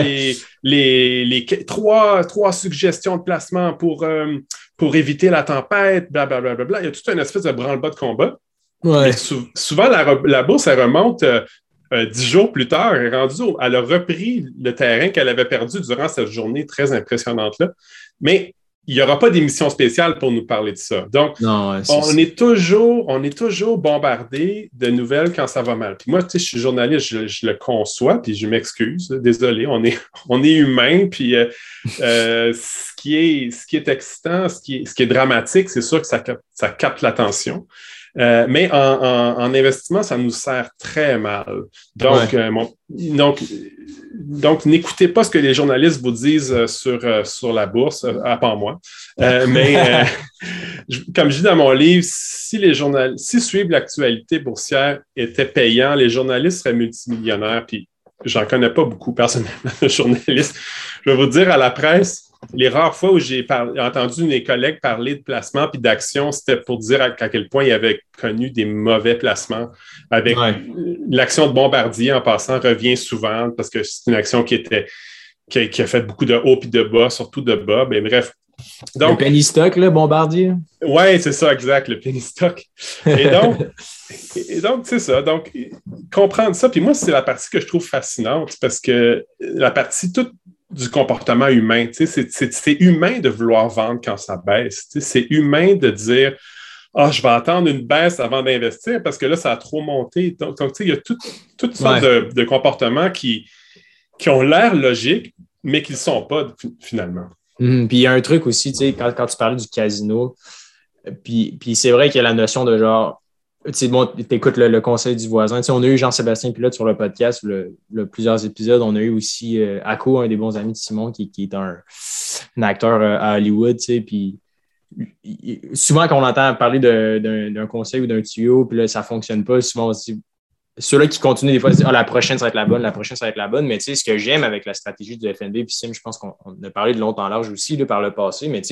les trois suggestions de placement pour éviter la tempête, blablabla. Bla, bla, bla. Il y a toute une espèce de branle-bas de combat. Ouais. Mais souvent, la bourse, elle remonte 10 jours plus tard, elle a repris le terrain qu'elle avait perdu durant cette journée très impressionnante-là. Mais il n'y aura pas d'émission spéciale pour nous parler de ça. Donc, on est toujours bombardé de nouvelles quand ça va mal. Puis moi, tu sais, je suis journaliste, je le conçois, puis je m'excuse. Désolé, on est humain. Puis ce qui est excitant, ce qui est dramatique, c'est sûr que ça capte l'attention. Mais en investissement, ça nous sert très mal. Donc, donc n'écoutez pas ce que les journalistes vous disent sur la bourse, à part moi. Mais comme je dis dans mon livre, si suivre l'actualité boursière était payant, les journalistes seraient multimillionnaires. Puis, j'en connais pas beaucoup personnellement de journalistes. Je vais vous dire, à la presse, les rares fois où j'ai entendu mes collègues parler de placement puis d'action, c'était pour dire à quel point ils avaient connu des mauvais placements. Avec l'action de Bombardier, en passant, revient souvent parce que c'est une action qui a fait beaucoup de hauts puis de bas, surtout de bas. Mais bref. Donc, le penny stock, là, Bombardier. Oui, c'est ça, exact, le penny stock. Et donc, c'est ça. Donc, comprendre ça. Puis moi, c'est la partie que je trouve fascinante parce que la partie toute du comportement humain. C'est humain de vouloir vendre quand ça baisse. C'est humain de dire je vais attendre une baisse avant d'investir parce que là, ça a trop monté. Donc il y a toutes sortes de comportements qui ont l'air logiques, mais qui ne le sont pas finalement. Puis il y a un truc aussi, quand tu parlais du casino, puis c'est vrai qu'il y a la notion de genre, bon, tu écoutes le conseil du voisin. On a eu Jean-Sébastien Pilote sur le podcast, plusieurs épisodes. On a eu aussi Ako, un des bons amis de Simon, qui est un acteur à Hollywood. Puis souvent, quand on entend parler d'un conseil ou d'un tuyau, puis là, ça ne fonctionne pas, souvent on se dit, ceux-là qui continuent des fois, se disent la prochaine, ça va être la bonne, la prochaine, ça va être la bonne. Mais ce que j'aime avec la stratégie du FNB, puis Sim, je pense qu'on a parlé de long en large aussi là, par le passé, mais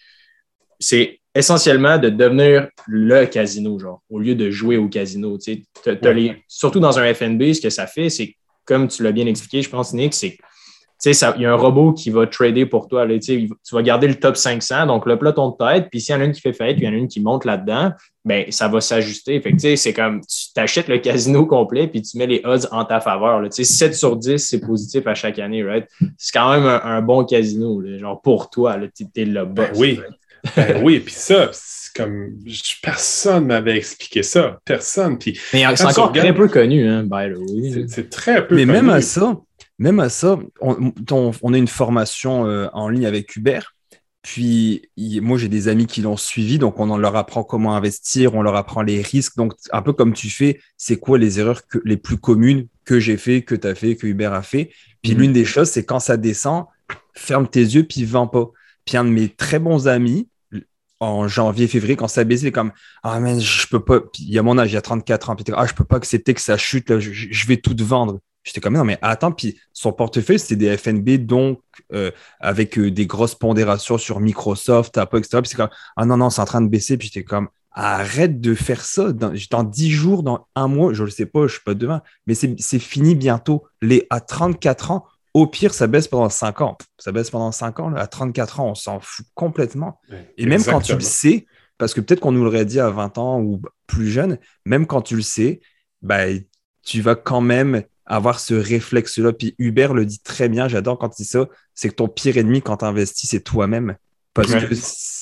c'est essentiellement de devenir le casino, genre, au lieu de jouer au casino. Surtout dans un FNB, ce que ça fait, c'est, comme tu l'as bien expliqué, je pense, Nick, c'est il y a un robot qui va trader pour toi. Là, tu vas garder le top 500, donc le peloton de tête, puis s'il y en a une qui fait faillite, puis il y en a une qui monte là-dedans, ben ça va s'ajuster. Fait que, c'est comme tu t'achètes le casino complet, puis tu mets les odds en ta faveur. Là. 7 sur 10, c'est positif à chaque année. Right? C'est quand même un bon casino, là, genre pour toi. Tu es le boss. Oui. Oui, puis ça, c'est comme personne ne m'avait expliqué ça. Personne. Puis, mais c'est encore très peu connu, hein, by the way. C'est très peu connu. Mais même à ça, on a une formation en ligne avec Hubert. Puis, moi, j'ai des amis qui l'ont suivi, donc on leur apprend comment investir, on leur apprend les risques. Donc, un peu comme tu fais, c'est quoi les erreurs les plus communes que j'ai fait, que tu as fait, que Hubert a fait. Puis, l'une des choses, c'est quand ça descend, ferme tes yeux, puis vends pas. Puis, un de mes très bons amis, en janvier, février, quand ça a baissé, il est comme ah, mais je peux pas. Puis, il y a mon âge, il y a 34 ans. Puis, je peux pas accepter que ça chute, là, je vais tout vendre. J'étais comme, non, mais attends, puis son portefeuille, c'était des FNB, donc avec des grosses pondérations sur Microsoft, Apple, etc. Puis c'est comme, ah non, non, c'est en train de baisser. Puis j'étais comme, arrête de faire ça. Dans 10 jours, dans un mois, je ne le sais pas, je ne suis pas demain, mais c'est fini bientôt. À 34 ans, au pire, ça baisse pendant 5 ans. Ça baisse pendant 5 ans. Là, à 34 ans, on s'en fout complètement. Ouais, et même quand tu le sais, parce que peut-être qu'on nous l'aurait dit à 20 ans ou plus jeune, même quand tu le sais, bah, tu vas quand même avoir ce réflexe-là. Puis Hubert le dit très bien, j'adore quand il dit ça, c'est que ton pire ennemi quand tu investis, c'est toi-même. Parce que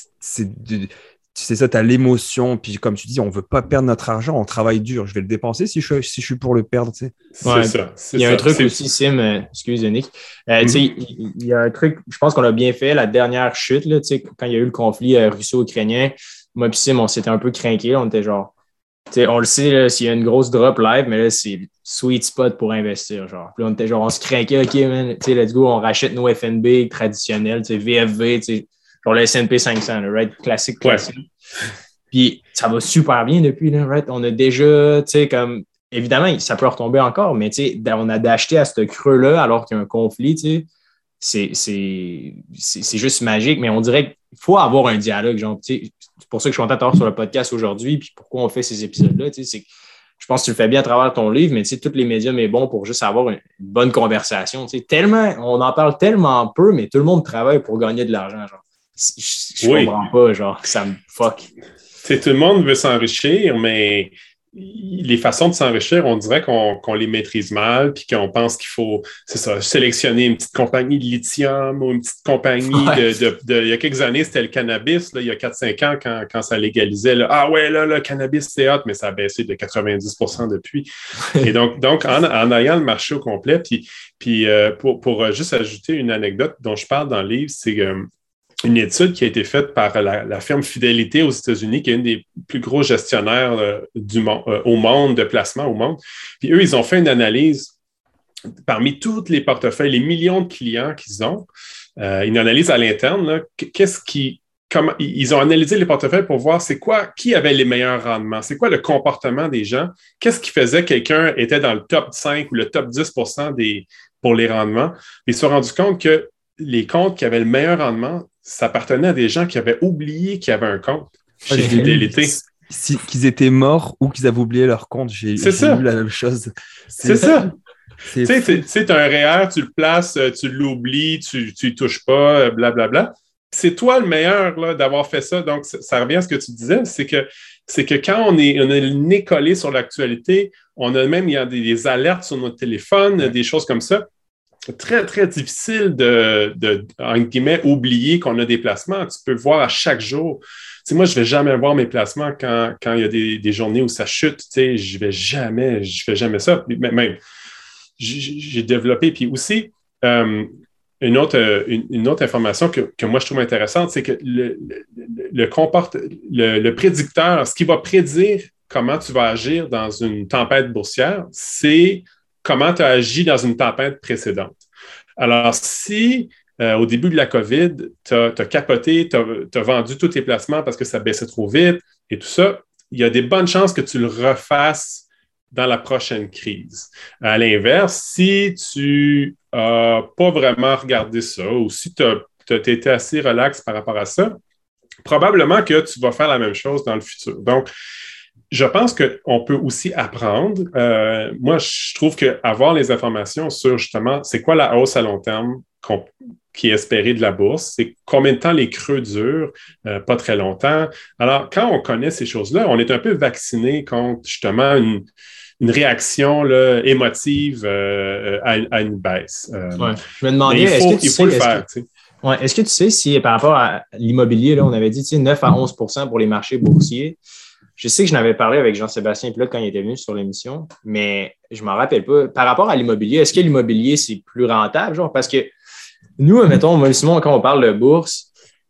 c'est ça, tu as l'émotion. Puis comme tu dis, on ne veut pas perdre notre argent, on travaille dur. Je vais le dépenser si je suis pour le perdre. Tu sais. C'est ça. Il y a un truc aussi, Sim, excuse Nick. Tu sais, il y a un truc, je pense qu'on a bien fait, la dernière chute, là, tu sais, quand il y a eu le conflit russo-ukrainien, moi et Sim, on s'était un peu craqué. On était genre, t'sais, on le sait, s'il y a une grosse drop live, mais là, c'est sweet spot pour investir. Genre. Puis là, on était genre, on se craquait, OK, man, let's go, on rachète nos FNB traditionnels, VFV, genre le S&P 500, là, right? Classique. Ouais. Puis ça va super bien depuis, là, right? On a déjà, comme, évidemment, ça peut retomber encore, mais on a d'acheter à ce creux-là alors qu'il y a un conflit, c'est juste magique, mais on dirait qu'il faut avoir un dialogue, genre, c'est pour ça que je suis content d'avoir sur le podcast aujourd'hui, puis pourquoi on fait ces épisodes-là, c'est que je pense que tu le fais bien à travers ton livre, mais tous les médias, mais bon, pour juste avoir une bonne conversation, tellement, on en parle tellement peu, mais tout le monde travaille pour gagner de l'argent, genre. Je comprends pas, genre, ça me fuck. Tout le monde veut s'enrichir, mais les façons de s'enrichir, on dirait qu'on les maîtrise mal, puis qu'on pense qu'il faut, c'est ça, sélectionner une petite compagnie de lithium ou une petite compagnie il y a quelques années, c'était le cannabis, là, il y a 4-5 ans, quand ça légalisait, là, ah ouais, là, le cannabis, c'est hot, mais ça a baissé de 90% depuis. Et donc en ayant le marché au complet, puis pour juste ajouter une anecdote dont je parle dans le livre, c'est une étude qui a été faite par la firme Fidélité aux États-Unis, qui est une des plus gros gestionnaires au monde, de placement au monde. Puis eux, ils ont fait une analyse parmi tous les portefeuilles, les millions de clients qu'ils ont, une analyse à l'interne, là, ils ont analysé les portefeuilles pour voir qui avait les meilleurs rendements, c'est quoi le comportement des gens, qu'est-ce qui faisait que quelqu'un était dans le top 5 ou le top 10% pour les rendements. Puis ils se sont rendus compte que les comptes qui avaient le meilleur rendement, ça appartenait à des gens qui avaient oublié qu'il y avait un compte chez Fidélité. Qu'ils étaient morts ou qu'ils avaient oublié leur compte. J'ai lu la même chose. C'est ça. Tu sais, un REER, tu le places, tu l'oublies, tu y touches pas, blablabla. C'est toi le meilleur là, d'avoir fait ça. Donc, ça revient à ce que tu disais, c'est que quand on a le nez collé sur l'actualité, il y a des alertes sur notre téléphone, des choses comme ça. Très, très difficile en guillemets, oublier qu'on a des placements. Tu peux voir à chaque jour. Tu sais, moi, je ne vais jamais voir mes placements quand il y a des journées où ça chute. Tu sais, je fais jamais ça. Même, j'ai développé. Puis aussi, une autre information que moi, je trouve intéressante, c'est que le prédicteur, ce qui va prédire comment tu vas agir dans une tempête boursière, c'est comment tu as agi dans une tempête précédente. Alors, si au début de la COVID, tu as capoté, tu as vendu tous tes placements parce que ça baissait trop vite et tout ça, il y a des bonnes chances que tu le refasses dans la prochaine crise. À l'inverse, si tu n'as pas vraiment regardé ça ou si tu as été assez relax par rapport à ça, probablement que tu vas faire la même chose dans le futur. Donc, je pense qu'on peut aussi apprendre. Moi, je trouve qu'avoir les informations sur justement c'est quoi la hausse à long terme qui est espérée de la bourse, c'est combien de temps les creux durent, pas très longtemps. Alors, quand on connaît ces choses-là, on est un peu vacciné contre justement une réaction là, émotive à une baisse. Je me demandais, il faut le faire. Est-ce que tu sais si par rapport à l'immobilier, là, on avait dit 9 à 11% pour les marchés boursiers. Je sais que je n'avais parlé avec Jean-Sébastien Pilote quand il était venu sur l'émission, mais je ne m'en rappelle pas. Par rapport à l'immobilier, est-ce que l'immobilier, c'est plus rentable? Genre? Parce que nous, mettons, moi, Simon, quand on parle de bourse,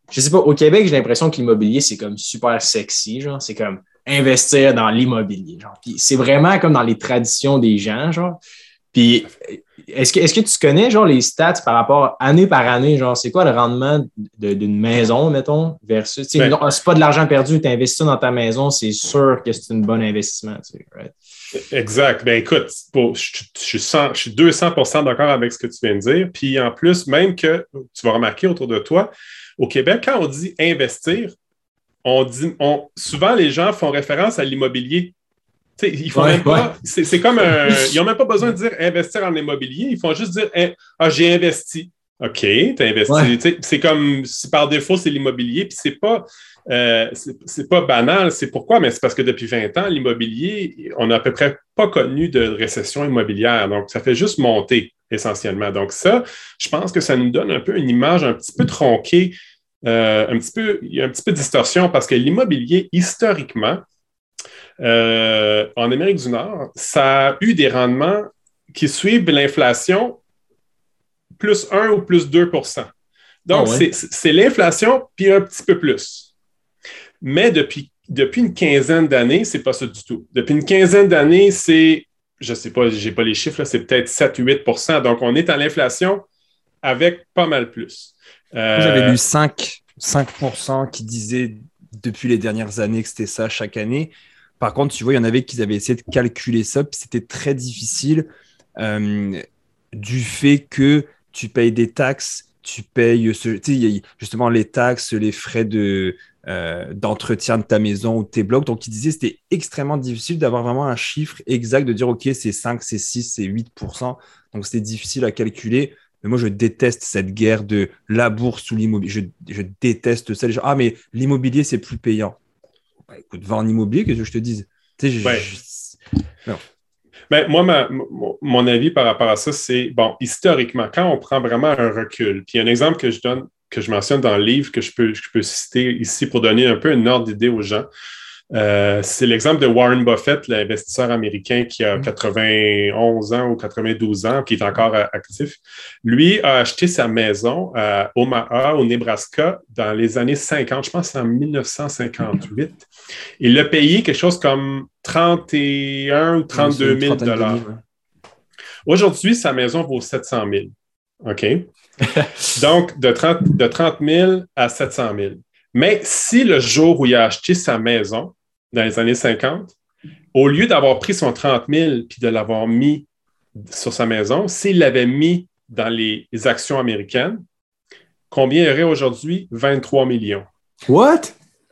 je sais pas, au Québec, j'ai l'impression que l'immobilier, c'est comme super sexy, genre, c'est comme investir dans l'immobilier, genre. Puis c'est vraiment comme dans les traditions des gens, genre. Puis est-ce que tu connais, genre, les stats par rapport année par année, genre, c'est quoi le rendement d'une maison, mettons, versus, tu sais, non, c'est pas de l'argent perdu, tu investis ça dans ta maison, c'est sûr que c'est un bon investissement, tu sais, right? Exact. Ben écoute, je suis 200% d'accord avec ce que tu viens de dire. Puis en plus, même que tu vas remarquer autour de toi, au Québec, quand on dit investir, souvent les gens font référence à l'immobilier. T'sais, ils font même pas. C'est comme ils n'ont même pas besoin de dire investir en immobilier. Ils font juste dire j'ai investi. OK, tu as investi. Ouais. C'est comme si par défaut, c'est l'immobilier. Puis c'est pas banal. C'est pourquoi? Mais c'est parce que depuis 20 ans, l'immobilier, on n'a à peu près pas connu de récession immobilière. Donc, ça fait juste monter essentiellement. Donc, ça, je pense que ça nous donne un peu une image un petit peu tronquée, il y a un petit peu de distorsion parce que l'immobilier, historiquement, en Amérique du Nord, ça a eu des rendements qui suivent l'inflation plus 1 ou plus 2%. Donc, c'est l'inflation puis un petit peu plus. Mais depuis une quinzaine d'années, c'est pas ça du tout. Depuis une quinzaine d'années, c'est, je sais pas, j'ai pas les chiffres, là, c'est peut-être 7-8%. Donc, on est à l'inflation avec pas mal plus. J'avais lu 5% qui disaient depuis les dernières années que c'était ça chaque année. Par contre, tu vois, il y en avait qui avaient essayé de calculer ça, puis c'était très difficile du fait que tu payes des taxes, tu payes justement les taxes, les frais d'entretien de ta maison ou de tes blocs. Donc, ils disaient que c'était extrêmement difficile d'avoir vraiment un chiffre exact, de dire, OK, c'est 5, c'est 6, c'est 8%. Donc, c'était difficile à calculer. Mais moi, je déteste cette guerre de la bourse ou l'immobilier. Je déteste ça. Les gens, mais l'immobilier, c'est plus payant. Bah, écoute, va en immobilier, qu'est-ce que je te dise? Tu sais, non. Ben, moi, mon avis par rapport à ça, c'est, bon, historiquement, quand on prend vraiment un recul, puis un exemple que je donne, que je mentionne dans le livre, que je peux citer ici pour donner un peu une ordre d'idée aux gens, c'est l'exemple de Warren Buffett, l'investisseur américain qui a 91 ans ou 92 ans, qui est encore actif. Lui a acheté sa maison à Omaha, au Nebraska, dans les années 50, je pense en 1958. Il a payé quelque chose comme 31 ou 32 000 $. Aujourd'hui, sa maison vaut 700 000. OK? Donc, de 30 000 à 700 000. Mais si le jour où il a acheté sa maison, dans les années 50, au lieu d'avoir pris son 30 000 puis de l'avoir mis sur sa maison, s'il l'avait mis dans les actions américaines, combien il y aurait aujourd'hui? 23 millions. What?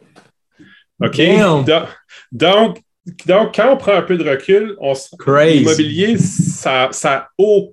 OK? Donc, quand on prend un peu de recul, l'immobilier, ça n'a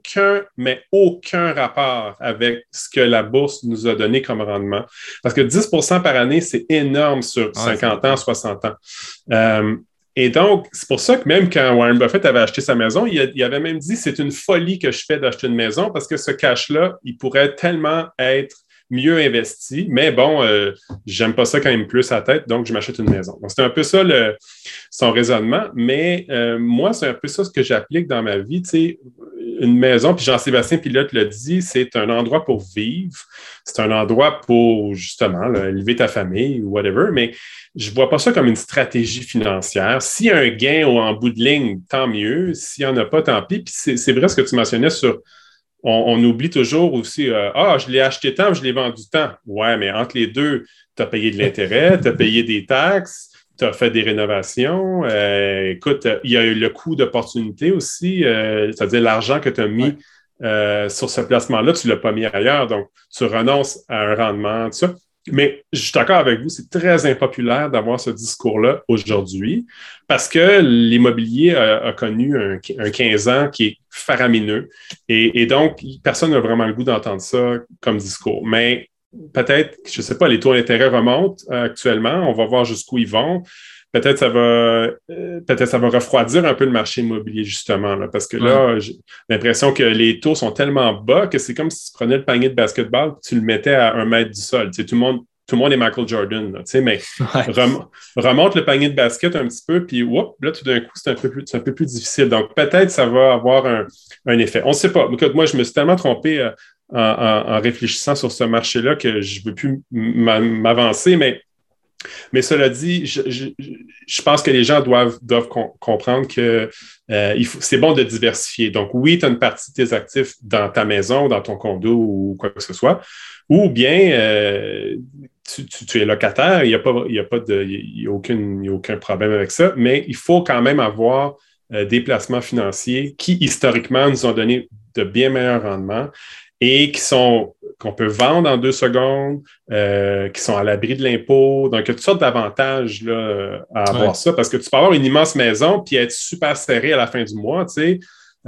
aucun rapport avec ce que la bourse nous a donné comme rendement. Parce que 10% par année, c'est énorme sur 50 ans, 60 ans. Et donc, c'est pour ça que même quand Warren Buffett avait acheté sa maison, il avait même dit, c'est une folie que je fais d'acheter une maison parce que ce cash-là, il pourrait tellement être mieux investi, mais bon, j'aime pas ça quand il me pleut sa tête, donc je m'achète une maison. Donc, c'est un peu ça son raisonnement, mais moi, c'est un peu ça ce que j'applique dans ma vie, tu sais, une maison, puis Jean-Sébastien Pilote l'a dit, c'est un endroit pour vivre, c'est un endroit pour, justement, là, élever ta famille ou whatever, mais je vois pas ça comme une stratégie financière. S'il y a un gain en bout de ligne, tant mieux. S'il n'y en a pas, tant pis. Puis c'est vrai ce que tu mentionnais sur on oublie toujours aussi, je l'ai acheté tant, je l'ai vendu tant. Ouais, mais entre les deux, tu as payé de l'intérêt, tu as payé des taxes, tu as fait des rénovations. Écoute, il y a eu le coût d'opportunité aussi, c'est-à-dire l'argent que tu as mis sur ce placement-là, tu ne l'as pas mis ailleurs. Donc, tu renonces à un rendement, tout ça. Mais je suis d'accord avec vous, c'est très impopulaire d'avoir ce discours-là aujourd'hui parce que l'immobilier a connu un 15 ans qui est faramineux et donc personne n'a vraiment le goût d'entendre ça comme discours. Mais peut-être, je ne sais pas, les taux d'intérêt remontent actuellement, on va voir jusqu'où ils vont. Peut-être ça va refroidir un peu le marché immobilier, justement, là, parce que là, j'ai l'impression que les taux sont tellement bas que c'est comme si tu prenais le panier de basketball et tu le mettais à 1 mètre du sol. Tu sais, tout le monde est Michael Jordan, là, tu sais, mais remonte le panier de basket un petit peu, puis là, tout d'un coup, c'est un peu plus difficile. Donc, peut-être ça va avoir un effet. On ne sait pas. Écoute, moi, je me suis tellement trompé en réfléchissant sur ce marché-là que je ne veux plus m'avancer, mais cela dit, je pense que les gens doivent comprendre que c'est bon de diversifier. Donc, oui, tu as une partie de tes actifs dans ta maison, dans ton condo ou quoi que ce soit, ou bien tu es locataire, il n'y a aucun problème avec ça, mais il faut quand même avoir des placements financiers qui, historiquement, nous ont donné de bien meilleurs rendements et qu'on peut vendre en 2 secondes, qui sont à l'abri de l'impôt. Donc, il y a toutes sortes d'avantages là, à avoir ça, parce que tu peux avoir une immense maison puis être super serré à la fin du mois, tu sais,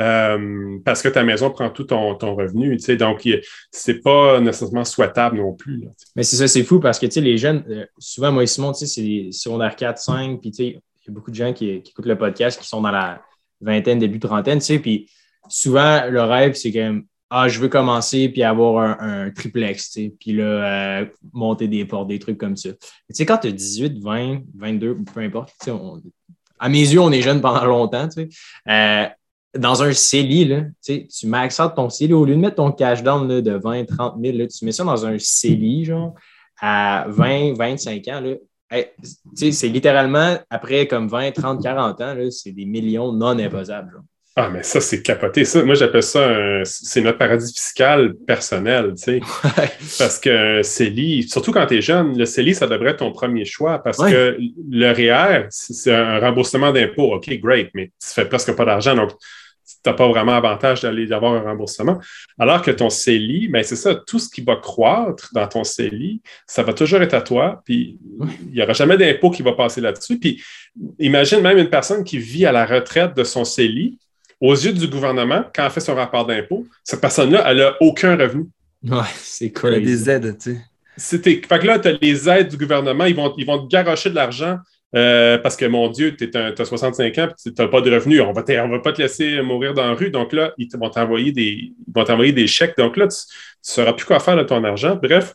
parce que ta maison prend tout ton revenu, tu sais. Donc, c'est pas nécessairement souhaitable non plus. Là, mais c'est ça, c'est fou parce que, tu sais, les jeunes, souvent, moi et Simon, tu sais, c'est des secondaires 4, 5, puis tu sais, il y a beaucoup de gens qui écoutent le podcast qui sont dans la vingtaine, début trentaine, tu sais, puis souvent, le rêve, c'est quand même je veux commencer puis avoir un triplex, tu sais, puis là, monter des portes, des trucs comme ça. Tu sais, quand tu as 18, 20, 22, peu importe, tu sais, à mes yeux, on est jeune pendant longtemps, tu sais. Dans un CELI, là, tu sais, tu max out ton CELI, au lieu de mettre ton cash down là, de 20, 30 000, là, tu mets ça dans un CELI, genre, à 20, 25 ans, là. Hey, tu sais, c'est littéralement, après comme 20, 30, 40 ans, là, c'est des millions non imposables, genre. Ah, mais ça, c'est capoté. Ça, moi, j'appelle ça c'est notre paradis fiscal personnel, tu sais. Parce que CELI, surtout quand tu es jeune, le CELI, ça devrait être ton premier choix parce que le REER, c'est un remboursement d'impôt. OK, great, mais tu fais presque pas d'argent, donc tu n'as pas vraiment avantage d'avoir un remboursement. Alors que ton CELI, ben c'est ça, tout ce qui va croître dans ton CELI, ça va toujours être à toi, puis il n'y aura jamais d'impôt qui va passer là-dessus. Puis imagine même une personne qui vit à la retraite de son CELI. Aux yeux du gouvernement, quand elle fait son rapport d'impôt, cette personne-là, elle n'a aucun revenu. Ouais, c'est crazy. Elle a des aides, tu sais. Fait que là, tu as les aides du gouvernement, ils vont te garocher de l'argent parce que, mon Dieu, tu as 65 ans et tu n'as pas de revenus. On va pas te laisser mourir dans la rue. Donc là, ils vont t'envoyer des chèques. Donc là, tu ne sauras plus quoi faire de ton argent. Bref,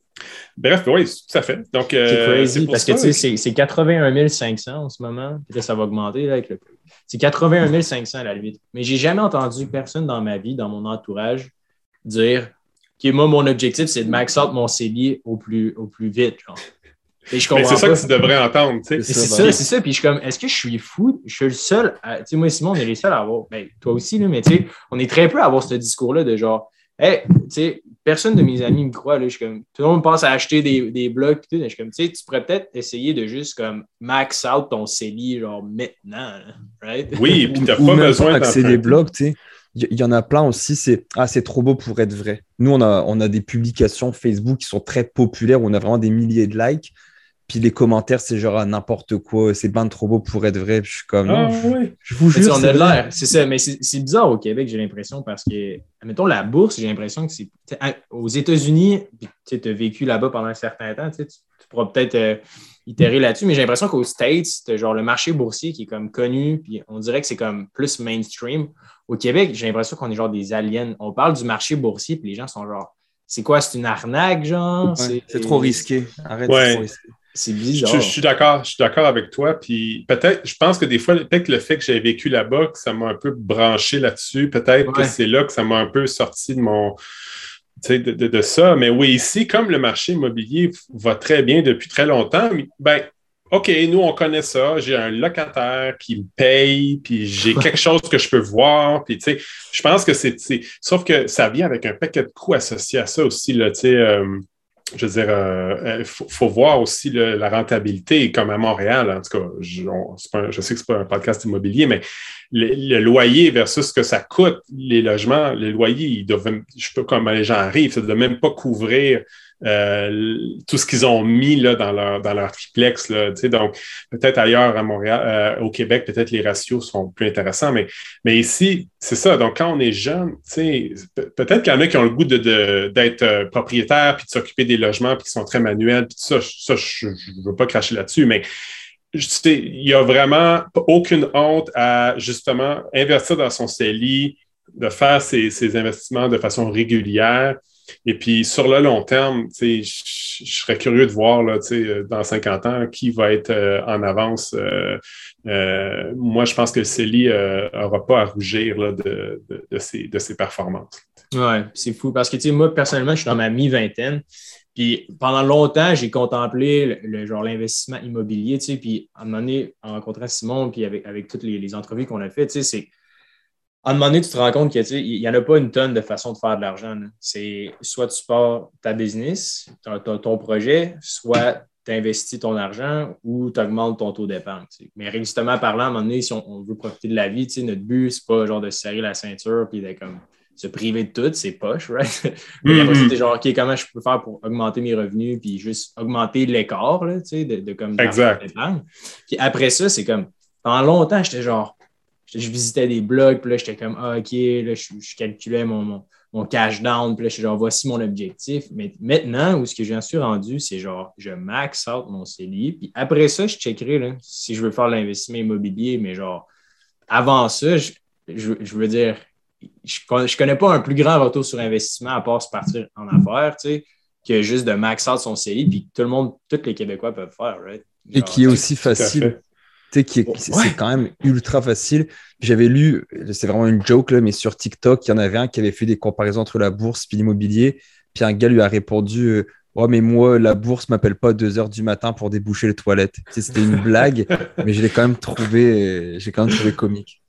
oui, tout à fait. Donc, c'est crazy parce que tu sais, c'est 81 500 en ce moment. Puis là, ça va augmenter là, avec le prix. C'est 81 500 à la limite. Mais j'ai jamais entendu personne dans ma vie, dans mon entourage, dire que moi, mon objectif, c'est de max out mon CELI au plus vite. Genre. Et je comprends mais c'est pas. ça que tu devrais entendre. Tu sais. C'est ça. Puis je suis comme, est-ce que je suis fou? Je suis le seul. Tu sais, moi et Simon, on est les seuls à avoir. Ben, toi aussi, là, mais tu sais, on est très peu à avoir ce discours-là de genre, hey, tu sais, personne de mes amis me croit. Là, je suis comme, tout le monde pense à acheter des blogs. Tout, je suis comme, tu sais, tu pourrais peut-être essayer de juste comme max out ton CELI genre maintenant. Là, right? Oui, puis tu n'as pas besoin d'accéder des blogs, tu sais. Il y en a plein aussi, c'est trop beau pour être vrai. Nous, on a des publications Facebook qui sont très populaires, où on a vraiment des milliers de likes. Puis les commentaires, c'est genre n'importe quoi, c'est bien trop beau pour être vrai. Puis je suis comme, je vous jure. On a de l'air, c'est ça, mais c'est bizarre au Québec, j'ai l'impression, parce que, admettons, la bourse, j'ai l'impression que c'est. Aux États-Unis, tu as vécu là-bas pendant un certain temps, tu pourras peut-être itérer là-dessus, mais j'ai l'impression qu'aux States, tu as genre le marché boursier qui est comme connu, puis on dirait que c'est comme plus mainstream. Au Québec, j'ai l'impression qu'on est genre des aliens. On parle du marché boursier, puis les gens sont genre, c'est quoi, c'est une arnaque, genre? Ouais, c'est trop risqué. Arrête, c'est trop risqué. C'est bizarre. Je suis d'accord avec toi. Puis peut-être, je pense que des fois, peut-être le fait que j'ai vécu là-bas, que ça m'a un peu branché là-dessus. Peut-être que c'est là que ça m'a un peu sorti de mon. De ça. Mais oui, ici, comme le marché immobilier va très bien depuis très longtemps, ben, OK, nous, on connaît ça. J'ai un locataire qui me paye, puis j'ai quelque chose que je peux voir. Puis, tu sais, je pense que c'est. Sauf que ça vient avec un paquet de coûts associés à ça aussi, là, tu sais. Je veux dire, faut voir aussi la rentabilité, comme à Montréal. En tout cas, je sais que ce n'est pas un podcast immobilier, mais le loyer versus ce que ça coûte, les logements, les loyers, je ne sais pas comment les gens arrivent, ça ne doit même pas couvrir tout ce qu'ils ont mis là, dans leur triplex. Là, donc, peut-être ailleurs à Montréal, au Québec, peut-être les ratios sont plus intéressants, mais ici, c'est ça. Donc, quand on est jeune, peut-être qu'il y en a qui ont le goût d'être propriétaire puis de s'occuper des logements puis qui sont très manuels. Puis ça, je ne veux pas cracher là-dessus, mais il n'y a vraiment aucune honte à justement investir dans son CELI, de faire ses investissements de façon régulière. Et puis, sur le long terme, je serais curieux de voir là, dans 50 ans qui va être en avance. Moi, je pense que le CELI n'aura pas à rougir là, de ses performances. Ouais, c'est fou parce que, tu sais, moi, personnellement, je suis dans ma mi-vingtaine. Puis pendant longtemps, j'ai contemplé genre l'investissement immobilier, tu sais. Puis à un moment donné, en rencontrant Simon, puis avec toutes les entrevues qu'on a faites, tu sais, c'est à un moment donné, tu te rends compte qu'il n'y en a pas une tonne de façons de faire de l'argent, là. C'est soit tu pars ta business, ton projet, soit tu investis ton argent ou tu augmentes ton taux d'épargne. Tu sais. Mais réalistement parlant, à un moment donné, si on veut profiter de la vie, tu sais, notre but, c'est pas genre de se serrer la ceinture puis de comme se priver de tout, c'est poche, right? Mais après ça, tu es genre, OK, comment je peux faire pour augmenter mes revenus puis juste augmenter l'écart, là, tu sais, de comme l'argent d'épargne. Puis après ça, c'est comme, pendant longtemps, j'étais genre, je visitais des blogs, puis là, j'étais comme, ah, OK, là, je calculais mon cash down, puis là, je suis genre, voici mon objectif. Mais maintenant, où ce que j'en suis rendu, c'est genre, je max out mon CELI, puis après ça, je checkerai là, si je veux faire l'investissement immobilier, mais genre, avant ça, je veux dire, je connais pas un plus grand retour sur investissement à part se partir en affaires, tu sais, que juste de max out son CELI, puis tout le monde, tous les Québécois peuvent faire, right? Genre, et qui est aussi facile. Tu sais, c'est quand même ultra facile. J'avais lu, c'est vraiment une joke, là, mais sur TikTok, il y en avait un qui avait fait des comparaisons entre la bourse et l'immobilier. Puis un gars lui a répondu oh, mais moi, la bourse ne m'appelle pas à 2 heures du matin pour déboucher les toilettes. Tu sais, c'était une blague, mais je l'ai quand même trouvé comique.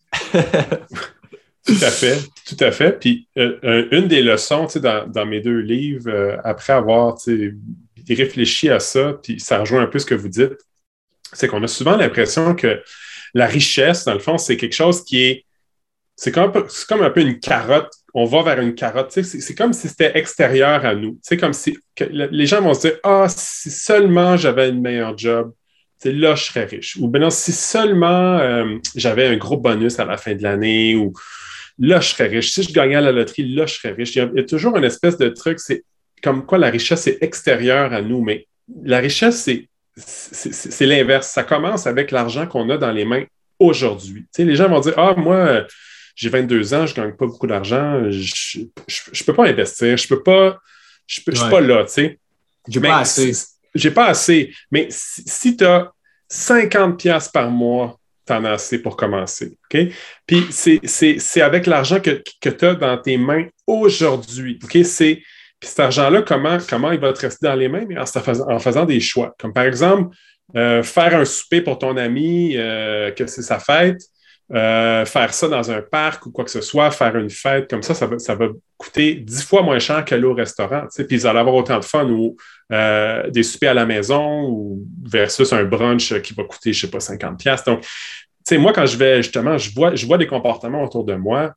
Tout à fait. Puis une des leçons dans mes 2 livres, après avoir réfléchi à ça, puis ça rejoint un peu ce que vous dites, c'est qu'on a souvent l'impression que la richesse, dans le fond, c'est quelque chose qui est... C'est comme un peu une carotte. On va vers une carotte. C'est comme si c'était extérieur à nous. C'est comme si les gens vont se dire « Ah, si seulement j'avais une meilleure job, là, je serais riche. » Ou « Ben non, si seulement j'avais un gros bonus à la fin de l'année. » Ou « Là, je serais riche. Si je gagnais à la loterie, là, je serais riche. » Il y a toujours une espèce de truc. C'est comme quoi la richesse est extérieure à nous. Mais la richesse, c'est l'inverse. Ça commence avec l'argent qu'on a dans les mains aujourd'hui. Les gens vont dire « Ah, moi, j'ai 22 ans, je ne gagne pas beaucoup d'argent, je ne peux pas investir, je suis pas là. » J'ai pas assez. Mais si tu as 50$ par mois, tu en as assez pour commencer. Okay? Puis c'est avec l'argent que tu as dans tes mains aujourd'hui. Okay? Puis cet argent-là, comment il va te rester dans les mains? Mais en faisant des choix. Comme par exemple, faire un souper pour ton ami, que c'est sa fête, faire ça dans un parc ou quoi que ce soit, faire une fête comme ça va coûter 10 fois moins cher qu'aller au restaurant. Puis vous allez avoir autant de fun ou des soupers à la maison ou versus un brunch qui va coûter, je ne sais pas, 50$. Donc, moi, quand je vais justement, je vois des comportements autour de moi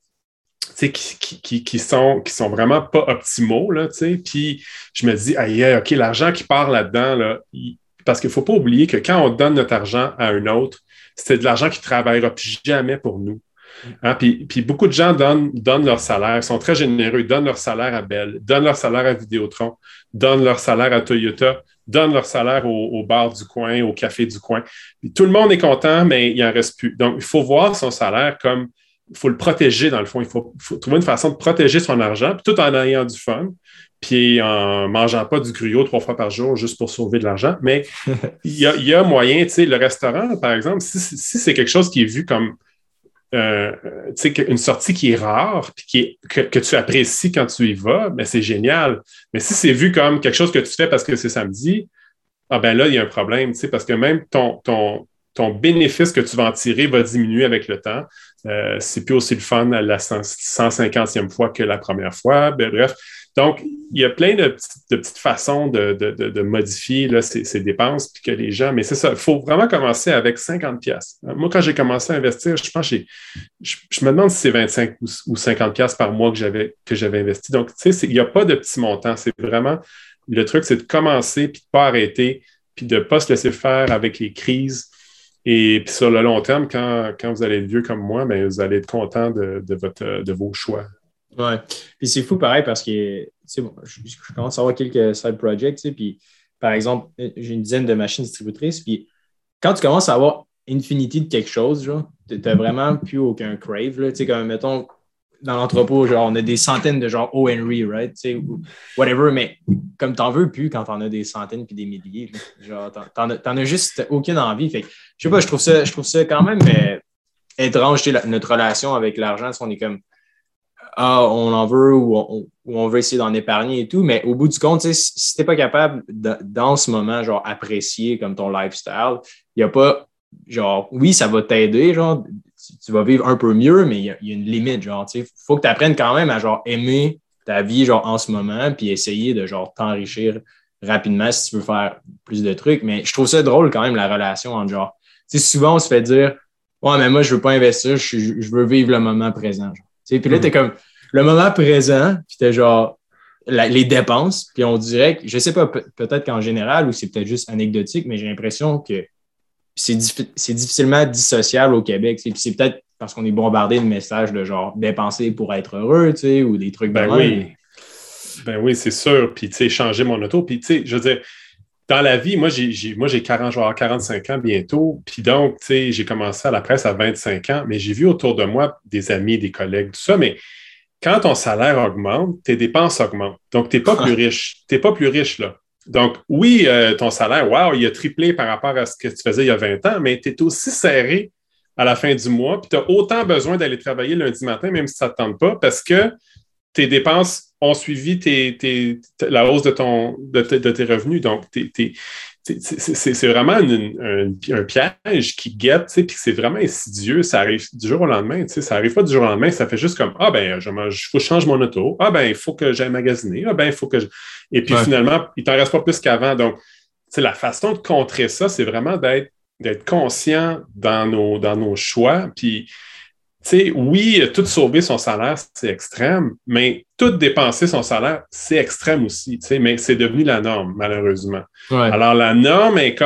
qui sont vraiment pas optimaux, là, puis je me dis, OK, l'argent qui part là-dedans, là, parce qu'il ne faut pas oublier que quand on donne notre argent à un autre, c'est de l'argent qui ne travaillera plus jamais pour nous. Hein? Puis beaucoup de gens donnent leur salaire, sont très généreux, donnent leur salaire à Bell, donnent leur salaire à Vidéotron, donnent leur salaire à Toyota, donnent leur salaire au bar du coin, au café du coin. Puis tout le monde est content, mais il n'en reste plus. Donc, il faut voir son salaire comme... Il faut le protéger, dans le fond. Il faut trouver une façon de protéger son argent, tout en ayant du fun, puis en ne mangeant pas du gruau 3 fois par jour juste pour sauver de l'argent. Mais il y a moyen, le restaurant, par exemple, si c'est quelque chose qui est vu comme une sortie qui est rare, puis que tu apprécies quand tu y vas, ben c'est génial. Mais si c'est vu comme quelque chose que tu fais parce que c'est samedi, ah ben là, il y a un problème, parce que même ton bénéfice que tu vas en tirer va diminuer avec le temps. C'est plus aussi le fun à la 150e fois que la première fois. Ben, bref, donc, il y a plein de petites façons de modifier là, ces dépenses, puis que les gens... Mais c'est ça, il faut vraiment commencer avec 50$. Moi, quand j'ai commencé à investir, je pense je me demande si c'est 25 ou 50$ par mois que j'avais investi. Donc, tu sais, il n'y a pas de petits montants. C'est vraiment... Le truc, c'est de commencer, puis de ne pas arrêter, puis de ne pas se laisser faire avec les crises. Et puis sur le long terme, quand vous allez être vieux comme moi, bien, vous allez être content de vos choix. Oui. Puis c'est fou pareil parce que bon, je commence à avoir quelques side projects. Puis par exemple, j'ai une dizaine de machines distributrices. Puis quand tu commences à avoir infinity de quelque chose, tu n'as vraiment plus aucun crave. Là, comme mettons, dans l'entrepôt, genre, on a des centaines de genre O-Henry, right? Ou whatever, mais comme t'en veux plus quand t'en as des centaines puis des milliers. Là. Genre, t'en as juste aucune envie. Fait que, je sais pas, je trouve ça quand même étrange, notre relation avec l'argent. On est comme, on en veut ou on veut essayer d'en épargner et tout, mais au bout du compte, si tu n'es pas capable dans ce moment, genre, apprécier comme ton lifestyle, il n'y a pas, genre, oui, ça va t'aider, genre, tu vas vivre un peu mieux, mais il y a une limite, genre, tu sais, il faut que tu apprennes quand même à, genre, aimer ta vie, genre, en ce moment, puis essayer de, genre, t'enrichir rapidement si tu veux faire plus de trucs. Mais je trouve ça drôle quand même, la relation entre, genre, tu sais, souvent, on se fait dire, ouais, mais moi, je veux pas investir, je veux vivre le moment présent, genre. Puis là, t'es comme le moment présent, puis t'as genre les dépenses, puis on dirait que, je sais pas, peut-être qu'en général, ou c'est peut-être juste anecdotique, mais j'ai l'impression que c'est difficilement dissociable au Québec. Puis c'est peut-être parce qu'on est bombardé de messages de genre dépenser pour être heureux, tu sais, ou des trucs de même. Oui. Ben oui, c'est sûr. Puis, tu sais, changer mon auto. Puis, tu sais, je veux dire, dans la vie, moi, j'ai 40, je vais avoir 45 ans bientôt. Puis donc, tu sais, j'ai commencé à la presse à 25 ans, mais j'ai vu autour de moi des amis, des collègues, tout ça. Mais quand ton salaire augmente, tes dépenses augmentent. Donc, tu n'es pas plus riche. Tu n'es pas plus riche, là. Donc, oui, ton salaire, wow, il a triplé par rapport à ce que tu faisais il y a 20 ans, mais tu es aussi serré à la fin du mois. Puis, tu as autant besoin d'aller travailler lundi matin, même si ça ne te tente pas, parce que tes dépenses ont suivi la hausse de tes revenus. Donc, c'est vraiment un piège qui guette, puis c'est vraiment insidieux. Ça arrive du jour au lendemain. Ça n'arrive pas du jour au lendemain. Ça fait juste comme, ah ben, il faut que je change mon auto. Ah ben, il faut que j'aille magasiner. Ah ben, il faut que je... Et puis finalement, il ne t'en reste pas plus qu'avant. Donc, la façon de contrer ça, c'est vraiment d'être conscient dans nos choix. Puis, oui, tout sauver son salaire, c'est extrême, mais tout dépenser son salaire, c'est extrême aussi, mais c'est devenu la norme, malheureusement. Ouais. Alors, la norme est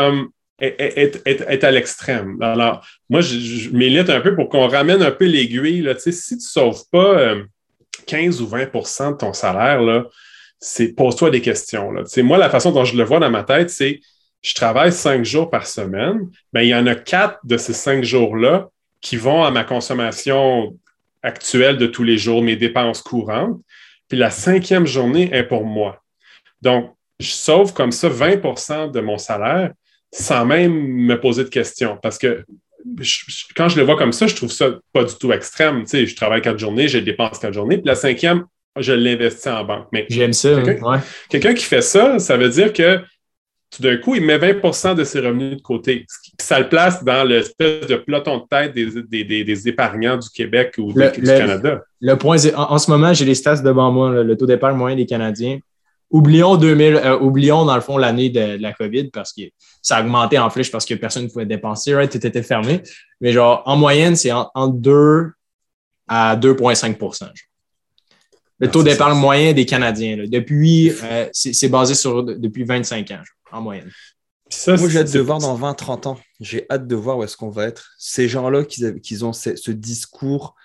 à l'extrême. Alors, moi, je milite un peu pour qu'on ramène un peu l'aiguille. Là, si tu ne sauves pas 15 ou 20 de ton salaire, là, pose-toi des questions. Là. Moi, la façon dont je le vois dans ma tête, c'est je travaille 5 jours par semaine, mais il y en a 4 de ces 5 jours-là qui vont à ma consommation actuelle de tous les jours, mes dépenses courantes. Puis la 5e journée est pour moi. Donc, je sauve comme ça 20 de mon salaire sans même me poser de questions. Parce que quand je le vois comme ça, je trouve ça pas du tout extrême. Tu sais, je travaille 4 journées, je dépense 4 journées. Puis la 5e, je l'investis en banque. Mais j'aime ça. Quelqu'un qui fait ça, ça veut dire que tout d'un coup, il met 20 de ses revenus de côté. Ça le place dans l'espèce de peloton de tête des épargnants du Québec ou du Canada. Le point, c'est, en ce moment, j'ai les stats devant moi, là, le taux d'épargne moyen des Canadiens. Oublions dans le fond l'année de la COVID parce que ça a augmenté en flèche parce que personne ne pouvait dépenser, tout était fermé. Mais genre, en moyenne, c'est entre 2 à 2,5 %. Le taux d'épargne moyen des Canadiens. Là. Depuis, c'est basé depuis 25 ans, en moyenne. Ça, moi, j'ai hâte de voir dans 20-30 ans. J'ai hâte de voir où est-ce qu'on va être. Ces gens-là qui ont ce discours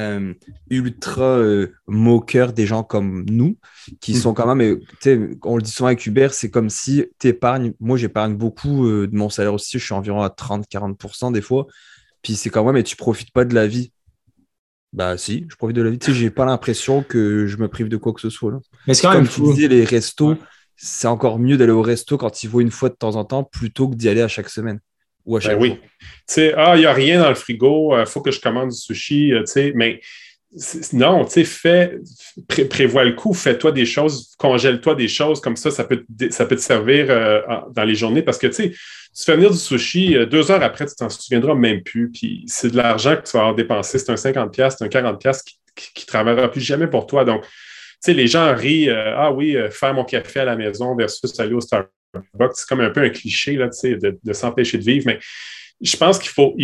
ultra moqueur des gens comme nous, qui sont quand même, on le dit souvent avec Hubert, c'est comme si tu épargnes. Moi, j'épargne beaucoup de mon salaire aussi. Je suis environ à 30-40% des fois. Puis c'est quand même, mais tu profites pas de la vie. Bah si, je profite de la vie. Tu sais, j'ai pas l'impression que je me prive de quoi que ce soit. Là. Mais c'est quand même fou. Comme tu disais, les restos, c'est encore mieux d'aller au resto quand il vaut une fois de temps en temps plutôt que d'y aller à chaque semaine ou à chaque jour. Tu sais, il n'y a rien dans le frigo, il faut que je commande du sushi, tu sais, mais non, tu sais, prévois le coup, fais-toi des choses, congèle-toi des choses, comme ça peut te servir dans les journées, parce que, tu sais, tu fais venir du sushi, 2 heures après, tu t'en souviendras même plus, puis c'est de l'argent que tu vas avoir dépensé, c'est un 50$, c'est un 40$ qui ne travaillera plus jamais pour toi, donc, tu sais, les gens rient, faire mon café à la maison versus aller au Starbucks, c'est comme un peu un cliché, là, tu sais, de s'empêcher de vivre, mais je pense qu'il faut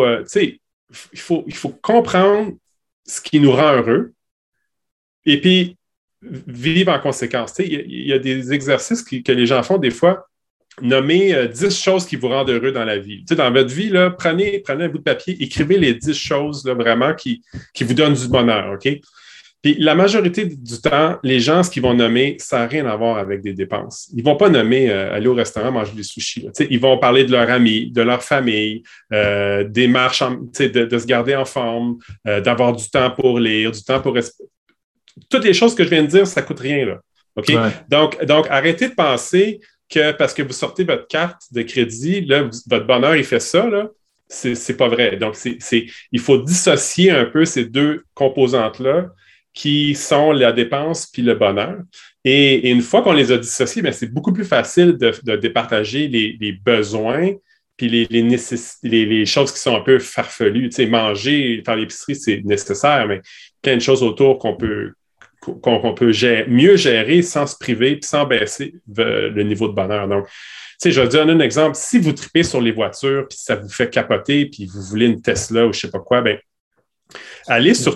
comprendre ce qui nous rend heureux et puis vivre en conséquence. Il y a des exercices que les gens font des fois, nommer 10 choses qui vous rendent heureux dans la vie. Dans votre vie, là, prenez un bout de papier, écrivez les 10 choses là, vraiment qui vous donnent du bonheur, OK? Puis la majorité du temps, les gens, ce qu'ils vont nommer, ça n'a rien à voir avec des dépenses. Ils ne vont pas nommer aller au restaurant manger des sushis. Ils vont parler de leurs amis, de leur famille, des marches, de se garder en forme, d'avoir du temps pour lire, du temps pour... Toutes les choses que je viens de dire, ça ne coûte rien. Là. Okay? Ouais. Donc, arrêtez de penser que parce que vous sortez votre carte de crédit, là, votre bonheur, il fait ça, là. C'est pas vrai. Donc, il faut dissocier un peu ces deux composantes-là qui sont la dépense puis le bonheur. Et une fois qu'on les a dissociés, bien, c'est beaucoup plus facile de départager les besoins puis les choses qui sont un peu farfelues. Tu sais, manger, faire l'épicerie, c'est nécessaire, mais plein de choses autour qu'on peut mieux gérer sans se priver puis sans baisser le niveau de bonheur. Donc, tu sais, je vais donner un exemple. Si vous tripez sur les voitures puis ça vous fait capoter puis vous voulez une Tesla ou je ne sais pas quoi, bien, allez sur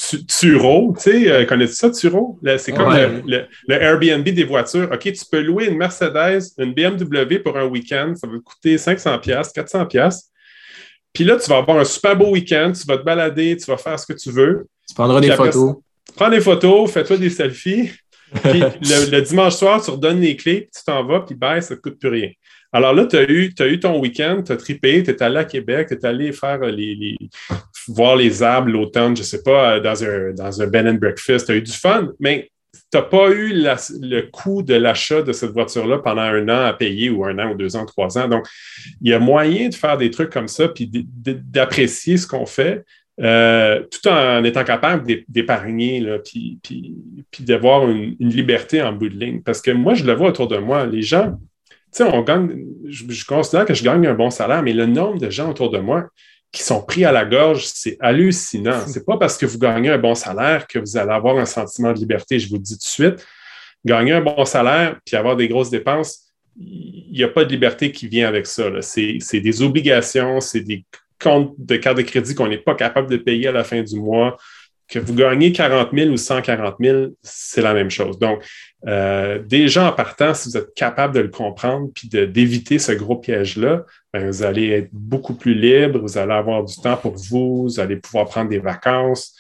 Turo, tu sais, connais-tu ça, Turo? C'est comme le Airbnb des voitures. OK, tu peux louer une Mercedes, une BMW pour un week-end. Ça va te coûter 500$, 400$. Puis là, tu vas avoir un super beau week-end. Tu vas te balader, tu vas faire ce que tu veux. Tu prendras des photos. Prends des photos, fais-toi des selfies. Puis le dimanche soir, tu redonnes les clés, puis tu t'en vas, puis ça ne te coûte plus rien. Alors là, tu as eu ton week-end, tu as trippé, tu es allé à Québec, tu es allé faire voir les arbres l'automne, je ne sais pas, dans un bed and breakfast, tu as eu du fun, mais tu n'as pas eu le coût de l'achat de cette voiture-là pendant 1 an à payer, ou 1 an, ou 2 ans, 3 ans. Donc, il y a moyen de faire des trucs comme ça, puis d'apprécier ce qu'on fait, tout en étant capable d'épargner, là, puis d'avoir une liberté en bout de ligne. Parce que moi, je le vois autour de moi, les gens, tu sais, on gagne, je considère que je gagne un bon salaire, mais le nombre de gens autour de moi qui sont pris à la gorge, c'est hallucinant. C'est pas parce que vous gagnez un bon salaire que vous allez avoir un sentiment de liberté. Je vous le dis tout de suite. Gagner un bon salaire puis avoir des grosses dépenses, il n'y a pas de liberté qui vient avec ça, là. C'est des obligations, c'est des comptes de carte de crédit qu'on n'est pas capable de payer à la fin du mois. Que vous gagnez 40 000 ou 140 000, c'est la même chose. Donc, déjà en partant, si vous êtes capable de le comprendre puis d'éviter ce gros piège-là, bien, vous allez être beaucoup plus libre, vous allez avoir du temps pour vous allez pouvoir prendre des vacances.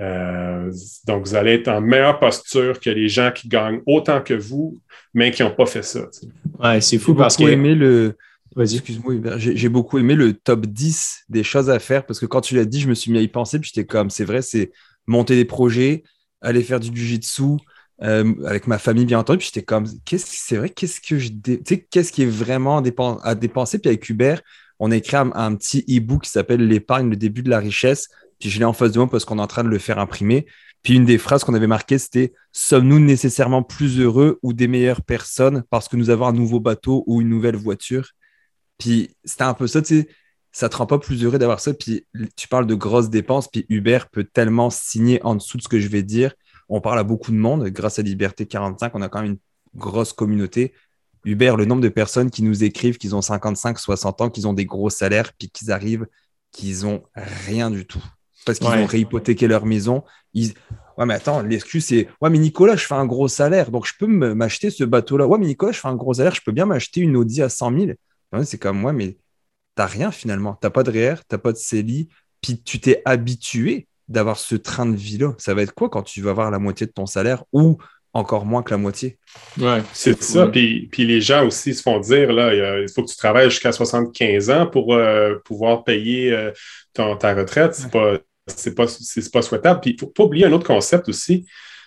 Donc, vous allez être en meilleure posture que les gens qui gagnent autant que vous, mais qui n'ont pas fait ça. Tu sais. Ouais, c'est fou parce que... Excuse-moi, j'ai beaucoup aimé le top 10 des choses à faire parce que quand tu l'as dit, je me suis mis à y penser puis j'étais comme, c'est vrai, c'est monter des projets, aller faire du jiu-jitsu avec ma famille, bien entendu. Puis j'étais comme, qu'est-ce qui est vraiment à dépenser? Puis avec Hubert, on a écrit un petit e-book qui s'appelle L'épargne, le début de la richesse. Puis je l'ai en face de moi parce qu'on est en train de le faire imprimer. Puis une des phrases qu'on avait marquées, c'était « Sommes-nous nécessairement plus heureux ou des meilleures personnes parce que nous avons un nouveau bateau ou une nouvelle voiture ?» Puis c'était un peu ça, tu sais, ça te rend pas plus heureux d'avoir ça. Puis tu parles de grosses dépenses, puis Hubert peut tellement signer en dessous de ce que je vais dire. On parle à beaucoup de monde. Grâce à Liberté 45, on a quand même une grosse communauté. Hubert, le nombre de personnes qui nous écrivent qu'ils ont 55, 60 ans, qu'ils ont des gros salaires, puis qu'ils arrivent, qu'ils ont rien du tout. Parce qu'ils ont réhypothéqué leur maison. Ouais, mais attends, l'excuse, c'est « Ouais, mais Nicolas, je fais un gros salaire, donc je peux m'acheter ce bateau-là. Ouais, mais Nicolas, je fais un gros salaire, je peux bien m'acheter une Audi à 100 000. » C'est comme moi, mais t'as rien finalement. T'as pas de REER, t'as pas de CELI, puis tu t'es habitué d'avoir ce train de vie-là. Ça va être quoi quand tu vas avoir la moitié de ton salaire ou encore moins que la moitié? Ouais, c'est ça. Puis les gens aussi se font dire, là, il faut que tu travailles jusqu'à 75 ans pour pouvoir payer ta retraite. C'est pas souhaitable. Puis il ne faut pas oublier un autre concept aussi.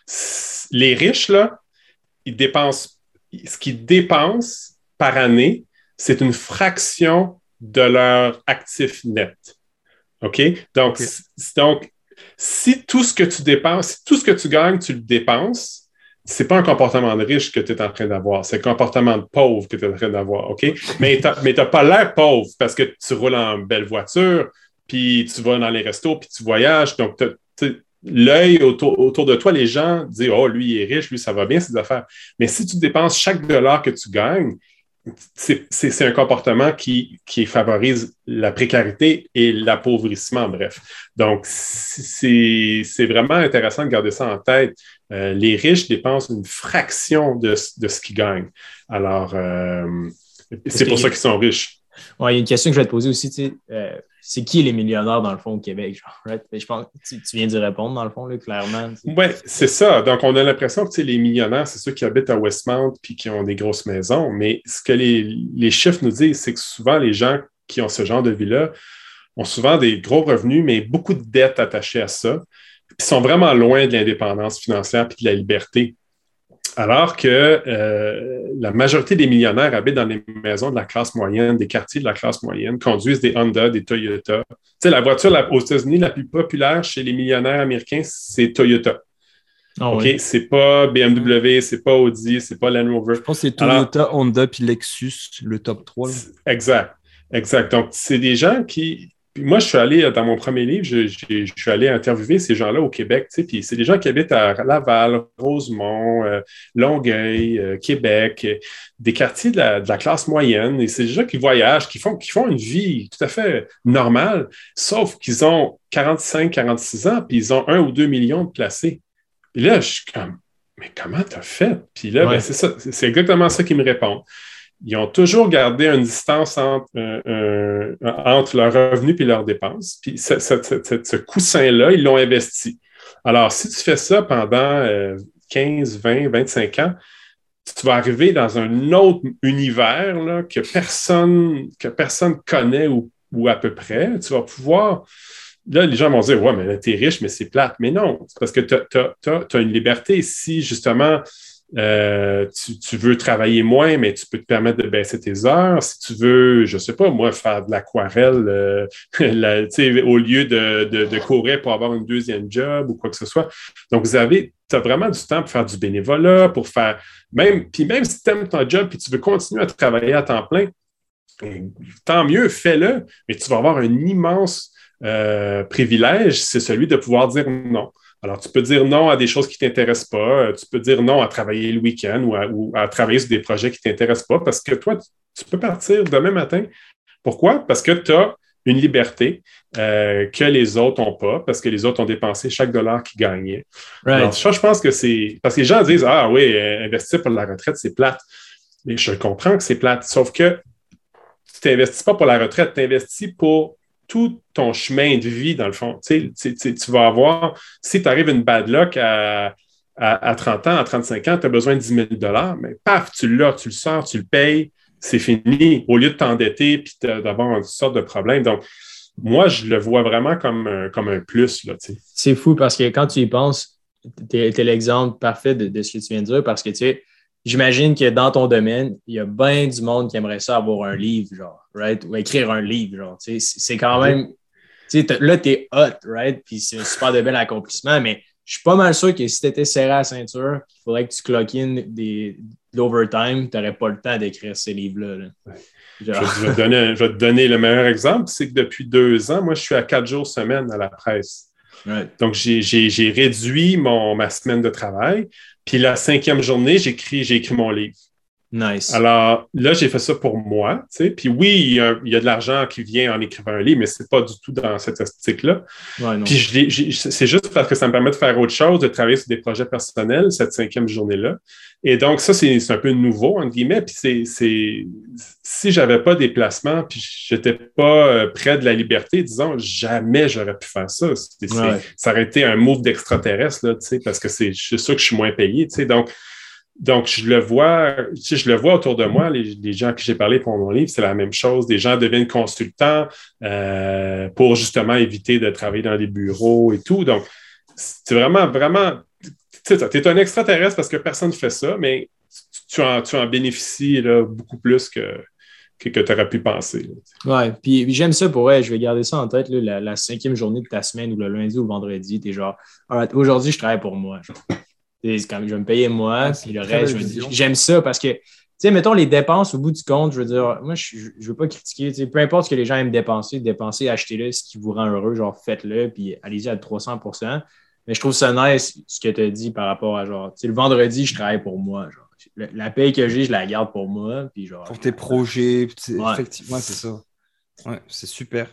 Les riches, là, ils dépensent ce qu'ils dépensent par année, c'est une fraction de leur actif net. OK? Donc, si tout ce que tu dépenses, si tout ce que tu gagnes, tu le dépenses, c'est pas un comportement de riche que tu es en train d'avoir, c'est un comportement de pauvre que tu es en train d'avoir. OK? Mais tu n'as pas l'air pauvre parce que tu roules en belle voiture, puis tu vas dans les restos, puis tu voyages. Donc, l'œil autour de toi, les gens disent « Oh, lui, il est riche, lui, ça va bien, ses affaires. » Mais si tu dépenses chaque dollar que tu gagnes, c'est un comportement qui favorise la précarité et l'appauvrissement, bref. Donc, c'est vraiment intéressant de garder ça en tête. Les riches dépensent une fraction de ce qu'ils gagnent. Alors, c'est pour ça qu'ils sont riches. Ouais, il y a une question que je vais te poser aussi, tu sais, c'est qui les millionnaires dans le fond au Québec? Genre, right? Je pense que tu viens d'y répondre dans le fond, là, clairement. Oui, c'est ça. Donc, on a l'impression que les millionnaires, c'est ceux qui habitent à Westmount puis qui ont des grosses maisons. Mais ce que les chiffres nous disent, c'est que souvent, les gens qui ont ce genre de vie-là ont souvent des gros revenus, mais beaucoup de dettes attachées à ça. Puis sont vraiment loin de l'indépendance financière puis de la liberté. Alors que la majorité des millionnaires habitent dans des maisons de la classe moyenne, des quartiers de la classe moyenne, conduisent des Honda, des Toyota. Tu sais, la voiture aux États-Unis la plus populaire chez les millionnaires américains, c'est Toyota. Ah OK? oui. C'est pas BMW, c'est pas Audi, c'est pas Land Rover. Je pense que c'est Toyota, Honda puis Lexus, le top 3. Là. Exact. Exact. Donc, c'est des gens qui. Puis moi, je suis allé, dans mon premier livre, je suis allé interviewer ces gens-là au Québec, tu sais, puis c'est des gens qui habitent à Laval, Rosemont, Longueuil, Québec, des quartiers de la classe moyenne, et c'est des gens qui voyagent, qui font une vie tout à fait normale, sauf qu'ils ont 45, 46 ans, puis ils ont 1 ou 2 millions de placés. Puis là, je suis comme, mais comment t'as fait? Puis là, ben, c'est ça, c'est exactement ça qu'ils me répondent. Ils ont toujours gardé une distance entre leurs revenus et leurs dépenses. Puis ce coussin-là, ils l'ont investi. Alors, si tu fais ça pendant 15, 20, 25 ans, tu vas arriver dans un autre univers là, que personne connaît ou à peu près. Tu vas pouvoir... Là, les gens vont dire, ouais, mais là, t'es riche, mais c'est plate. Mais non, c'est parce que tu as une liberté. Si, justement, tu veux travailler moins, mais tu peux te permettre de baisser tes heures. Si tu veux, je sais pas, moi, faire de l'aquarelle au lieu de courir pour avoir une deuxième job ou quoi que ce soit. Donc, tu as vraiment du temps pour faire du bénévolat, pour faire... Puis même si tu aimes ton job et tu veux continuer à travailler à temps plein, tant mieux, fais-le, mais tu vas avoir un immense privilège, c'est celui de pouvoir dire non. Alors, tu peux dire non à des choses qui ne t'intéressent pas, tu peux dire non à travailler le week-end ou à travailler sur des projets qui ne t'intéressent pas parce que toi, tu peux partir demain matin. Pourquoi? Parce que tu as une liberté que les autres n'ont pas, parce que les autres ont dépensé chaque dollar qu'ils gagnaient. Right. Alors, ça, je pense que c'est... Parce que les gens disent, ah oui, investir pour la retraite, c'est plate. Mais je comprends que c'est plate, sauf que tu ne t'investis pas pour la retraite, tu t'investis pour tout ton chemin de vie, dans le fond. Tu vas avoir, si tu arrives une bad luck à 30 ans, à 35 ans, tu as besoin de 10 000 $, mais paf, tu l'as, tu le sors, tu le payes, c'est fini, au lieu de t'endetter et d'avoir une sorte de problème. Donc, moi, je le vois vraiment comme un plus. Là, c'est fou parce que quand tu y penses, tu es l'exemple parfait de ce que tu viens de dire parce que, tu sais, j'imagine que dans ton domaine, il y a bien du monde qui aimerait ça avoir un livre, genre, right? Ou écrire un livre, genre, tu sais, c'est quand même, tu sais, là, t'es hot, right? Puis c'est un super de bel accomplissement, mais je suis pas mal sûr que si t'étais serré à la ceinture, il faudrait que tu clock in de l'overtime, t'aurais pas le temps d'écrire ces livres-là. Là. Je vais te donner le meilleur exemple, c'est que depuis 2 ans, moi, je suis à 4 jours semaine à la presse. Right. Donc, j'ai réduit ma semaine de travail. Puis la 5e journée, j'ai écrit mon livre. Nice. Alors là, j'ai fait ça pour moi. Tu sais. Puis oui, il y a de l'argent qui vient en écrivant un livre, mais ce n'est pas du tout dans cette esthétique-là. Ouais, non. Puis c'est juste parce que ça me permet de faire autre chose, de travailler sur des projets personnels cette 5e journée-là. Et donc, ça, c'est un peu nouveau, entre guillemets. Puis si je n'avais pas des placements, puis je n'étais pas près de la liberté, disons, jamais j'aurais pu faire ça. Ça aurait été un move d'extraterrestre, là, tu sais, parce que c'est sûr que je suis moins payé. Tu sais. Donc, je le vois autour de moi, les gens à qui j'ai parlé pour mon livre, c'est la même chose. Des gens deviennent consultants pour justement éviter de travailler dans les bureaux et tout. Donc, c'est vraiment, vraiment... Tu es un extraterrestre parce que personne ne fait ça, mais tu en bénéficies là, beaucoup plus que tu aurais pu penser. Oui, puis j'aime ça pour je vais garder ça en tête, là, la 5e journée de ta semaine ou le lundi ou le vendredi, tu es genre, aujourd'hui, je travaille pour moi. Genre. Quand je vais me payer moi, puis le reste, j'aime ça parce que, tu sais, mettons les dépenses au bout du compte, je veux dire, moi, je ne veux pas critiquer, peu importe ce que les gens aiment dépenser, achetez-le, ce qui vous rend heureux, genre, faites-le, puis allez-y à 300%. Mais je trouve ça nice ce que tu as dit par rapport à, genre, tu sais, le vendredi, je travaille pour moi, genre. La paye que j'ai, je la garde pour moi, puis genre... Pour tes projets, ouais. Effectivement, c'est ça. Ouais, c'est super.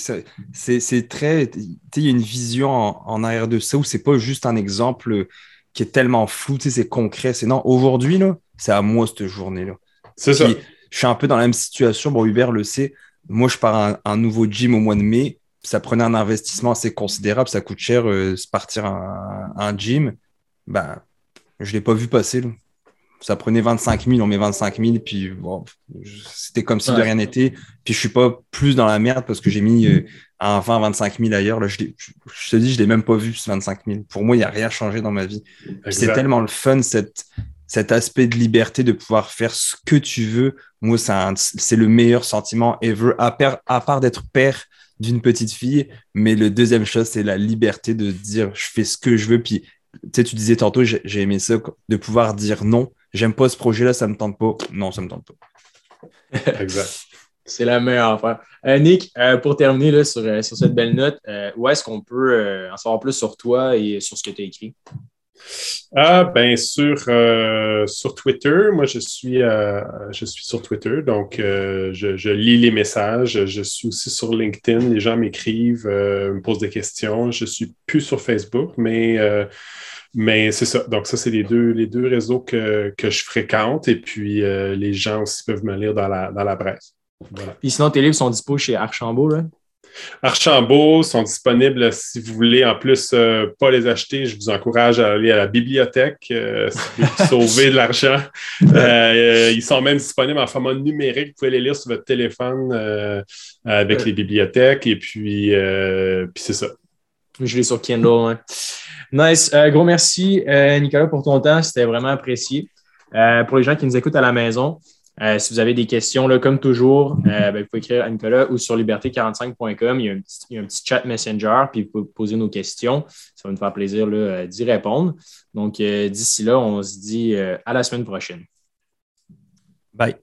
C'est très... Il y a une vision en arrière de ça où c'est pas juste un exemple qui est tellement flou, c'est concret. C'est non, aujourd'hui, là, c'est à moi cette journée-là. C'est ça. Je suis un peu dans la même situation. Bon, Hubert le sait. Moi, je pars à un nouveau gym au mois de mai. Ça prenait un investissement assez considérable. Ça coûte cher se partir à un gym. Ben, je ne l'ai pas vu passer. Là. Ça prenait 25 000, on met 25 000, puis bon, c'était comme si de rien n'était. Puis je ne suis pas plus dans la merde parce que j'ai mis un 20, 25 000 ailleurs. Là, je te dis, je ne l'ai même pas vu, ce 25 000. Pour moi, il n'y a rien changé dans ma vie. C'est tellement le fun, cet aspect de liberté de pouvoir faire ce que tu veux. Moi, c'est le meilleur sentiment ever, à part d'être père d'une petite fille. Mais le deuxième chose, c'est la liberté de dire je fais ce que je veux. Puis sais, tu disais tantôt, j'ai aimé ça, de pouvoir dire non. J'aime pas ce projet-là, ça me tente pas. Non, ça me tente pas. Exact. C'est la meilleure affaire. Nick, pour terminer là, sur cette belle note, où est-ce qu'on peut en savoir plus sur toi et sur ce que tu as écrit? Ben sur Twitter, moi je suis sur Twitter, donc je lis les messages. Je suis aussi sur LinkedIn, les gens m'écrivent, me posent des questions. Je suis plus sur Facebook, mais c'est ça. Donc ça, c'est les deux réseaux que je fréquente, et puis les gens aussi peuvent me lire dans la presse. Voilà. Puis sinon, tes livres sont dispo chez Archambault, là? Archambault sont disponibles si vous voulez. En plus, pas les acheter, je vous encourage à aller à la bibliothèque si vous voulez sauver de l'argent. Ils sont même disponibles en format numérique. Vous pouvez les lire sur votre téléphone avec les bibliothèques. Et puis c'est ça. Je l'ai sur Kindle. Hein. Nice. Gros merci, Nicolas, pour ton temps. C'était vraiment apprécié. Pour les gens qui nous écoutent à la maison, si vous avez des questions, là, comme toujours, vous pouvez écrire à Nicolas ou sur liberté45.com. Il y a un petit chat Messenger, puis vous pouvez poser nos questions. Ça va nous faire plaisir là, d'y répondre. Donc, d'ici là, on se dit à la semaine prochaine. Bye.